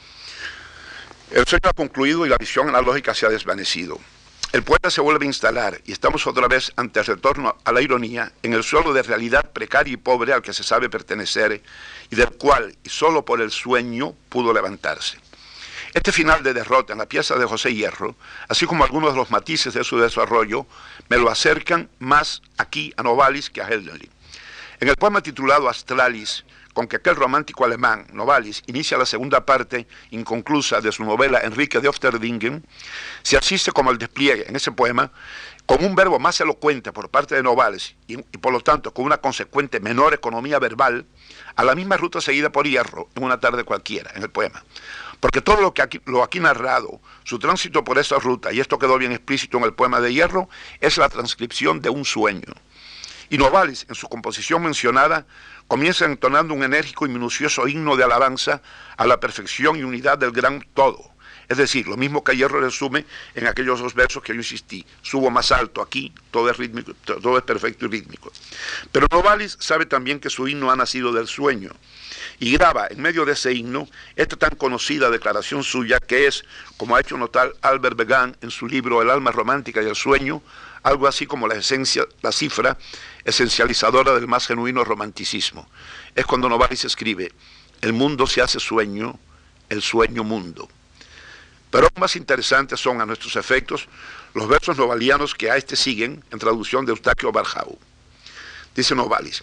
El sueño ha concluido y la visión analógica se ha desvanecido. El poeta se vuelve a instalar y estamos otra vez ante el retorno a la ironía en el suelo de realidad precaria y pobre al que se sabe pertenecer y del cual, y solo por el sueño, pudo levantarse. Este final de derrota en la pieza de José Hierro, así como algunos de los matices de su desarrollo, me lo acercan más aquí a Novalis que a Hölderlin. En el poema titulado Astralis, con que aquel romántico alemán, Novalis, inicia la segunda parte inconclusa de su novela Enrique de Ofterdingen, se asiste como el despliegue en ese poema con un verbo más elocuente por parte de Novalis y, y por lo tanto con una consecuente menor economía verbal a la misma ruta seguida por Hierro en una tarde cualquiera en el poema. Porque todo lo que aquí, lo aquí narrado, su tránsito por esa ruta, y esto quedó bien explícito en el poema de Hierro, es la transcripción de un sueño. Y Novalis, en su composición mencionada, comienza entonando un enérgico y minucioso himno de alabanza a la perfección y unidad del gran todo. Es decir, lo mismo que Hierro resume en aquellos dos versos que yo insistí. Subo más alto, aquí todo es rítmico, todo es perfecto y rítmico. Pero Novalis sabe también que su himno ha nacido del sueño y graba en medio de ese himno esta tan conocida declaración suya que es, como ha hecho notar Albert Began en su libro El alma romántica y el sueño, algo así como la esencia, la cifra esencializadora del más genuino romanticismo. Es cuando Novalis escribe, el mundo se hace sueño, el sueño mundo. Pero aún más interesantes son a nuestros efectos los versos novalianos que a este siguen en traducción de Eustaquio Barjau. Dice Novalis,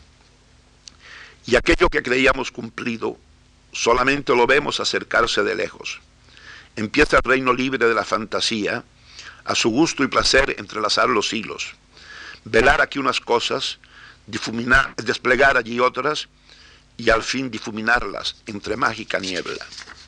y aquello que creíamos cumplido, solamente lo vemos acercarse de lejos. Empieza el reino libre de la fantasía, a su gusto y placer entrelazar los hilos, velar aquí unas cosas, difuminar, desplegar allí otras, y al fin difuminarlas entre mágica niebla.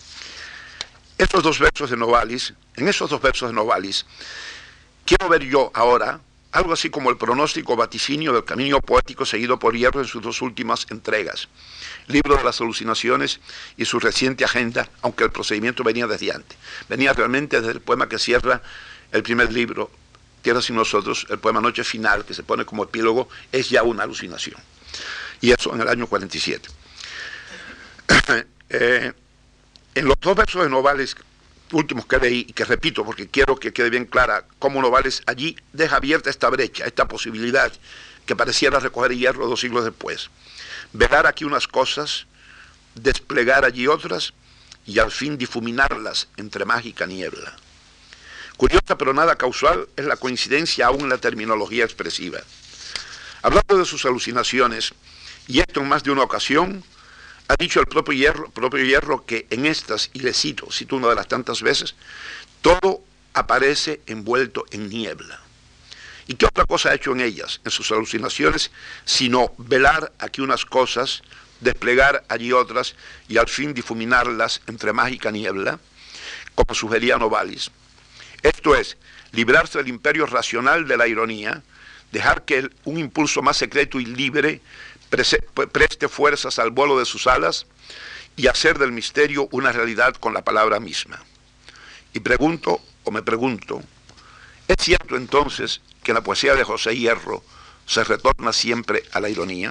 Estos dos versos de Novalis, en esos dos versos de Novalis, quiero ver yo ahora algo así como el pronóstico vaticinio del camino poético seguido por Hierro en sus dos últimas entregas, Libro de las Alucinaciones y su reciente agenda, aunque el procedimiento venía desde antes. Venía realmente desde el poema que cierra el primer libro, Tierra sin nosotros, el poema Noche Final, que se pone como epílogo, es ya una alucinación. Y eso en el año cuarenta y siete. eh, en los dos versos de Novales últimos que leí, y que repito porque quiero que quede bien clara cómo Novales allí deja abierta esta brecha, esta posibilidad que pareciera recoger hierro dos siglos después. Velar aquí unas cosas, desplegar allí otras, y al fin difuminarlas entre mágica niebla. Curiosa pero nada causal es la coincidencia aún en la terminología expresiva. Hablando de sus alucinaciones, y esto en más de una ocasión, ha dicho el propio Hierro, propio Hierro que en estas, y le cito, cito una de las tantas veces, todo aparece envuelto en niebla. ¿Y qué otra cosa ha hecho en ellas, en sus alucinaciones, sino velar aquí unas cosas, desplegar allí otras, y al fin difuminarlas entre mágica niebla, como sugería Novalis? Esto es, librarse del imperio racional de la ironía, dejar que el, un impulso más secreto y libre preste fuerzas al vuelo de sus alas y hacer del misterio una realidad con la palabra misma. Y pregunto, o me pregunto, ¿es cierto entonces que en la poesía de José Hierro se retorna siempre a la ironía?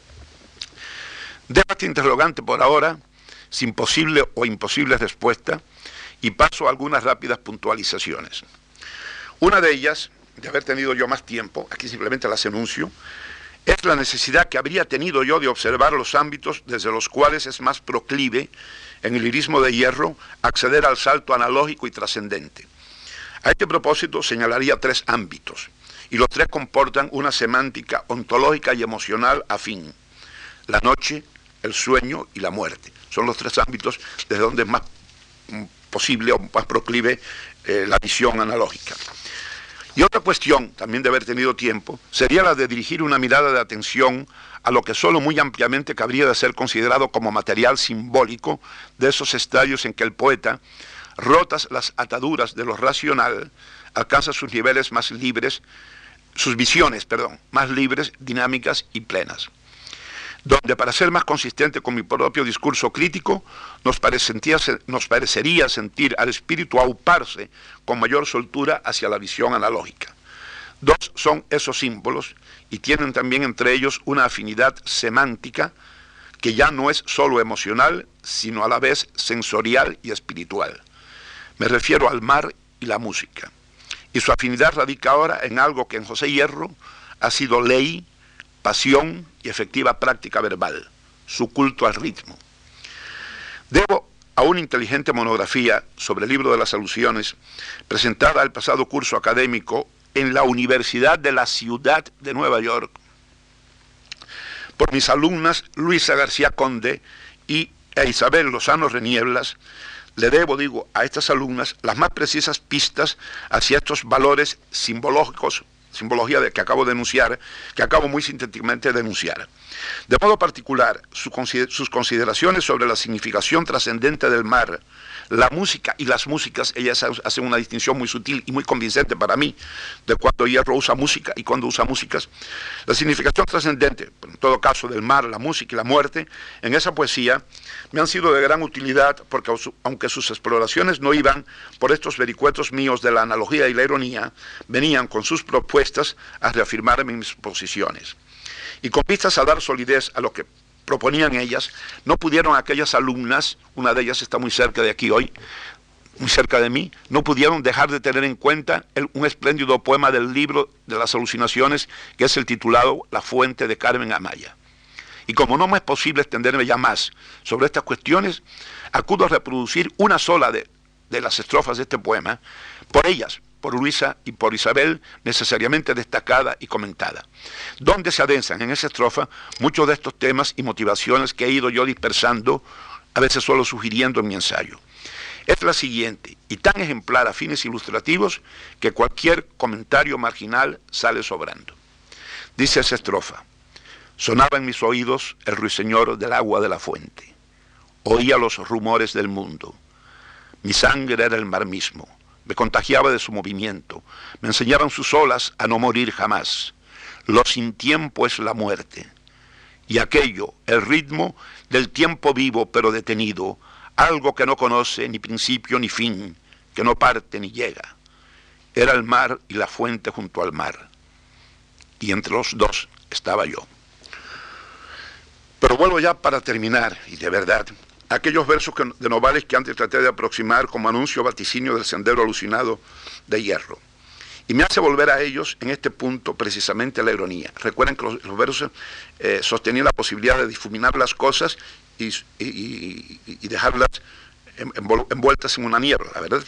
Dejo este interrogante por ahora, sin posible o imposible respuesta, y paso a algunas rápidas puntualizaciones. Una de ellas, de haber tenido yo más tiempo, aquí simplemente las enuncio, es la necesidad que habría tenido yo de observar los ámbitos desde los cuales es más proclive, en el lirismo de Hierro, acceder al salto analógico y trascendente. A este propósito señalaría tres ámbitos, y los tres comportan una semántica ontológica y emocional afín: la noche, el sueño y la muerte. Son los tres ámbitos desde donde es más posible o más proclive eh, la visión analógica. Y otra cuestión, también de haber tenido tiempo, sería la de dirigir una mirada de atención a lo que solo muy ampliamente cabría de ser considerado como material simbólico de esos estadios en que el poeta, rotas las ataduras de lo racional, alcanza sus niveles más libres, sus visiones, perdón, más libres, dinámicas y plenas. Donde, para ser más consistente con mi propio discurso crítico, nos parecería, nos parecería sentir al espíritu auparse con mayor soltura hacia la visión analógica. Dos son esos símbolos, y tienen también entre ellos una afinidad semántica que ya no es solo emocional, sino a la vez sensorial y espiritual. Me refiero al mar y la música. Y su afinidad radica ahora en algo que en José Hierro ha sido ley, pasión y efectiva práctica verbal, su culto al ritmo. Debo a una inteligente monografía sobre el libro de las alusiones, presentada al pasado curso académico en la Universidad de la Ciudad de Nueva York, por mis alumnas Luisa García Conde y e Isabel Lozano Renieblas, le debo, digo, a estas alumnas las más precisas pistas hacia estos valores simbológicos, simbología de que acabo de enunciar, que acabo muy sintéticamente de enunciar. De modo particular, su consider sus consideraciones sobre la significación trascendente del mar, la música y las músicas, ellas hacen una distinción muy sutil y muy convincente para mí de cuando Hierro usa música y cuando usa músicas. La significación trascendente, en todo caso del mar, la música y la muerte, en esa poesía me han sido de gran utilidad porque aunque sus exploraciones no iban por estos vericuetos míos de la analogía y la ironía, venían con sus propuestas a reafirmar mis posiciones. Y con vistas a dar solidez a lo que proponían ellas, no pudieron aquellas alumnas, una de ellas está muy cerca de aquí hoy, muy cerca de mí, no pudieron dejar de tener en cuenta el, un espléndido poema del libro de las alucinaciones, que es el titulado La Fuente, de Carmen Amaya. Y como no me es posible extenderme ya más sobre estas cuestiones, acudo a reproducir una sola de, de las estrofas de este poema, por ellas, por Luisa y por Isabel, necesariamente destacada y comentada, donde se adensan en esa estrofa muchos de estos temas y motivaciones que he ido yo dispersando, a veces solo sugiriendo en mi ensayo. Es la siguiente, y tan ejemplar a fines ilustrativos que cualquier comentario marginal sale sobrando. Dice esa estrofa: sonaba en mis oídos el ruiseñor del agua de la fuente, oía los rumores del mundo, mi sangre era el mar mismo, me contagiaba de su movimiento, me enseñaban sus olas a no morir jamás. Lo sin tiempo es la muerte. Y aquello, el ritmo del tiempo vivo pero detenido, algo que no conoce ni principio ni fin, que no parte ni llega. Era el mar y la fuente junto al mar. Y entre los dos estaba yo. Pero vuelvo ya para terminar, y de verdad, aquellos versos que, de Novales que antes traté de aproximar como anuncio vaticinio del sendero alucinado de Hierro. Y me hace volver a ellos en este punto precisamente la ironía. Recuerden que los, los versos eh, sostenían la posibilidad de difuminar las cosas y, y, y, y dejarlas envueltas en una niebla, ¿verdad?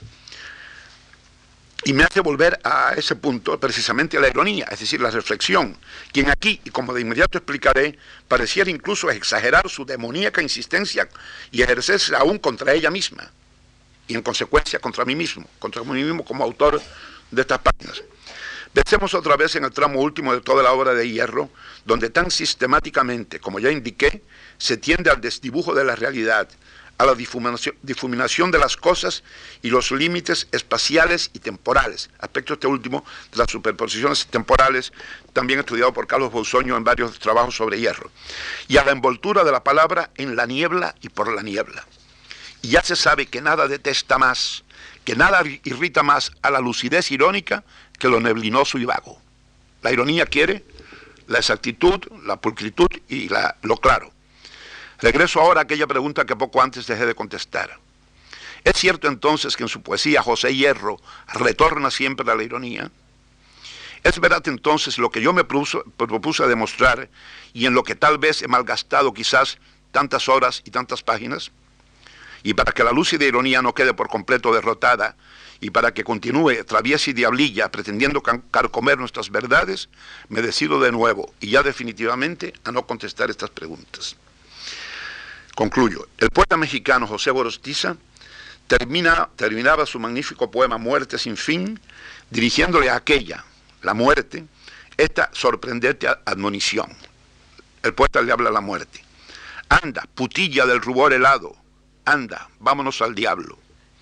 Y me hace volver a ese punto precisamente la ironía, es decir, la reflexión, quien aquí, y como de inmediato explicaré, pareciera incluso exagerar su demoníaca insistencia y ejercerse aún contra ella misma, y en consecuencia contra mí mismo, contra mí mismo como autor de estas páginas. Pensemos otra vez en el tramo último de toda la obra de Hierro, donde tan sistemáticamente, como ya indiqué, se tiende al desdibujo de la realidad, a la difuminación, difuminación de las cosas y los límites espaciales y temporales, aspecto este último de las superposiciones temporales, también estudiado por Carlos Bausoño en varios trabajos sobre Hierro, y a la envoltura de la palabra en la niebla y por la niebla. Y ya se sabe que nada detesta más, que nada irrita más a la lucidez irónica que lo neblinoso y vago. La ironía quiere la exactitud, la pulcritud y la, lo claro. Regreso ahora a aquella pregunta que poco antes dejé de contestar. ¿Es cierto entonces que en su poesía José Hierro retorna siempre a la ironía? ¿Es verdad entonces lo que yo me propuse, propuse demostrar y en lo que tal vez he malgastado quizás tantas horas y tantas páginas? Y para que la lúcida ironía no quede por completo derrotada y para que continúe traviesa y diablilla pretendiendo carcomer nuestras verdades, me decido de nuevo y ya definitivamente a no contestar estas preguntas. Concluyo. El poeta mexicano José Gorostiza termina, terminaba su magnífico poema Muerte sin fin, dirigiéndole a aquella, la muerte, esta sorprendente admonición. El poeta le habla a la muerte. Anda, putilla del rubor helado, anda, vámonos al diablo.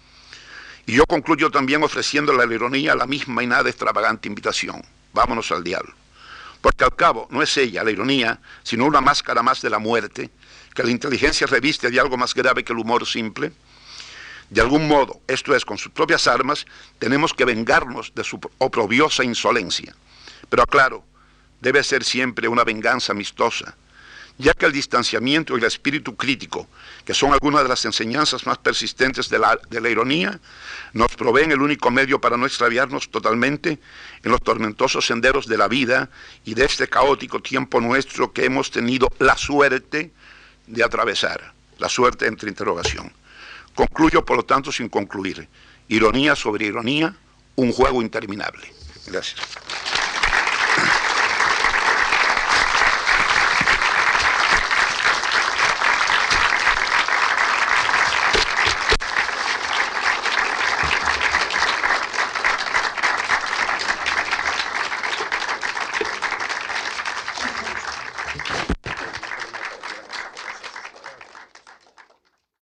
Y yo concluyo también ofreciéndole a la ironía la misma y nada extravagante invitación. Vámonos al diablo. Porque al cabo no es ella, la ironía, sino una máscara más de la muerte, que la inteligencia reviste de algo más grave que el humor simple. De algún modo, esto es, con sus propias armas, tenemos que vengarnos de su oprobiosa insolencia. Pero aclaro, debe ser siempre una venganza amistosa, ya que el distanciamiento y el espíritu crítico, que son algunas de las enseñanzas más persistentes de la, de la ironía, nos proveen el único medio para no extraviarnos totalmente en los tormentosos senderos de la vida y de este caótico tiempo nuestro que hemos tenido la suerte de atravesar, la suerte entre interrogación. Concluyo, por lo tanto, sin concluir. Ironía sobre ironía, un juego interminable. Gracias.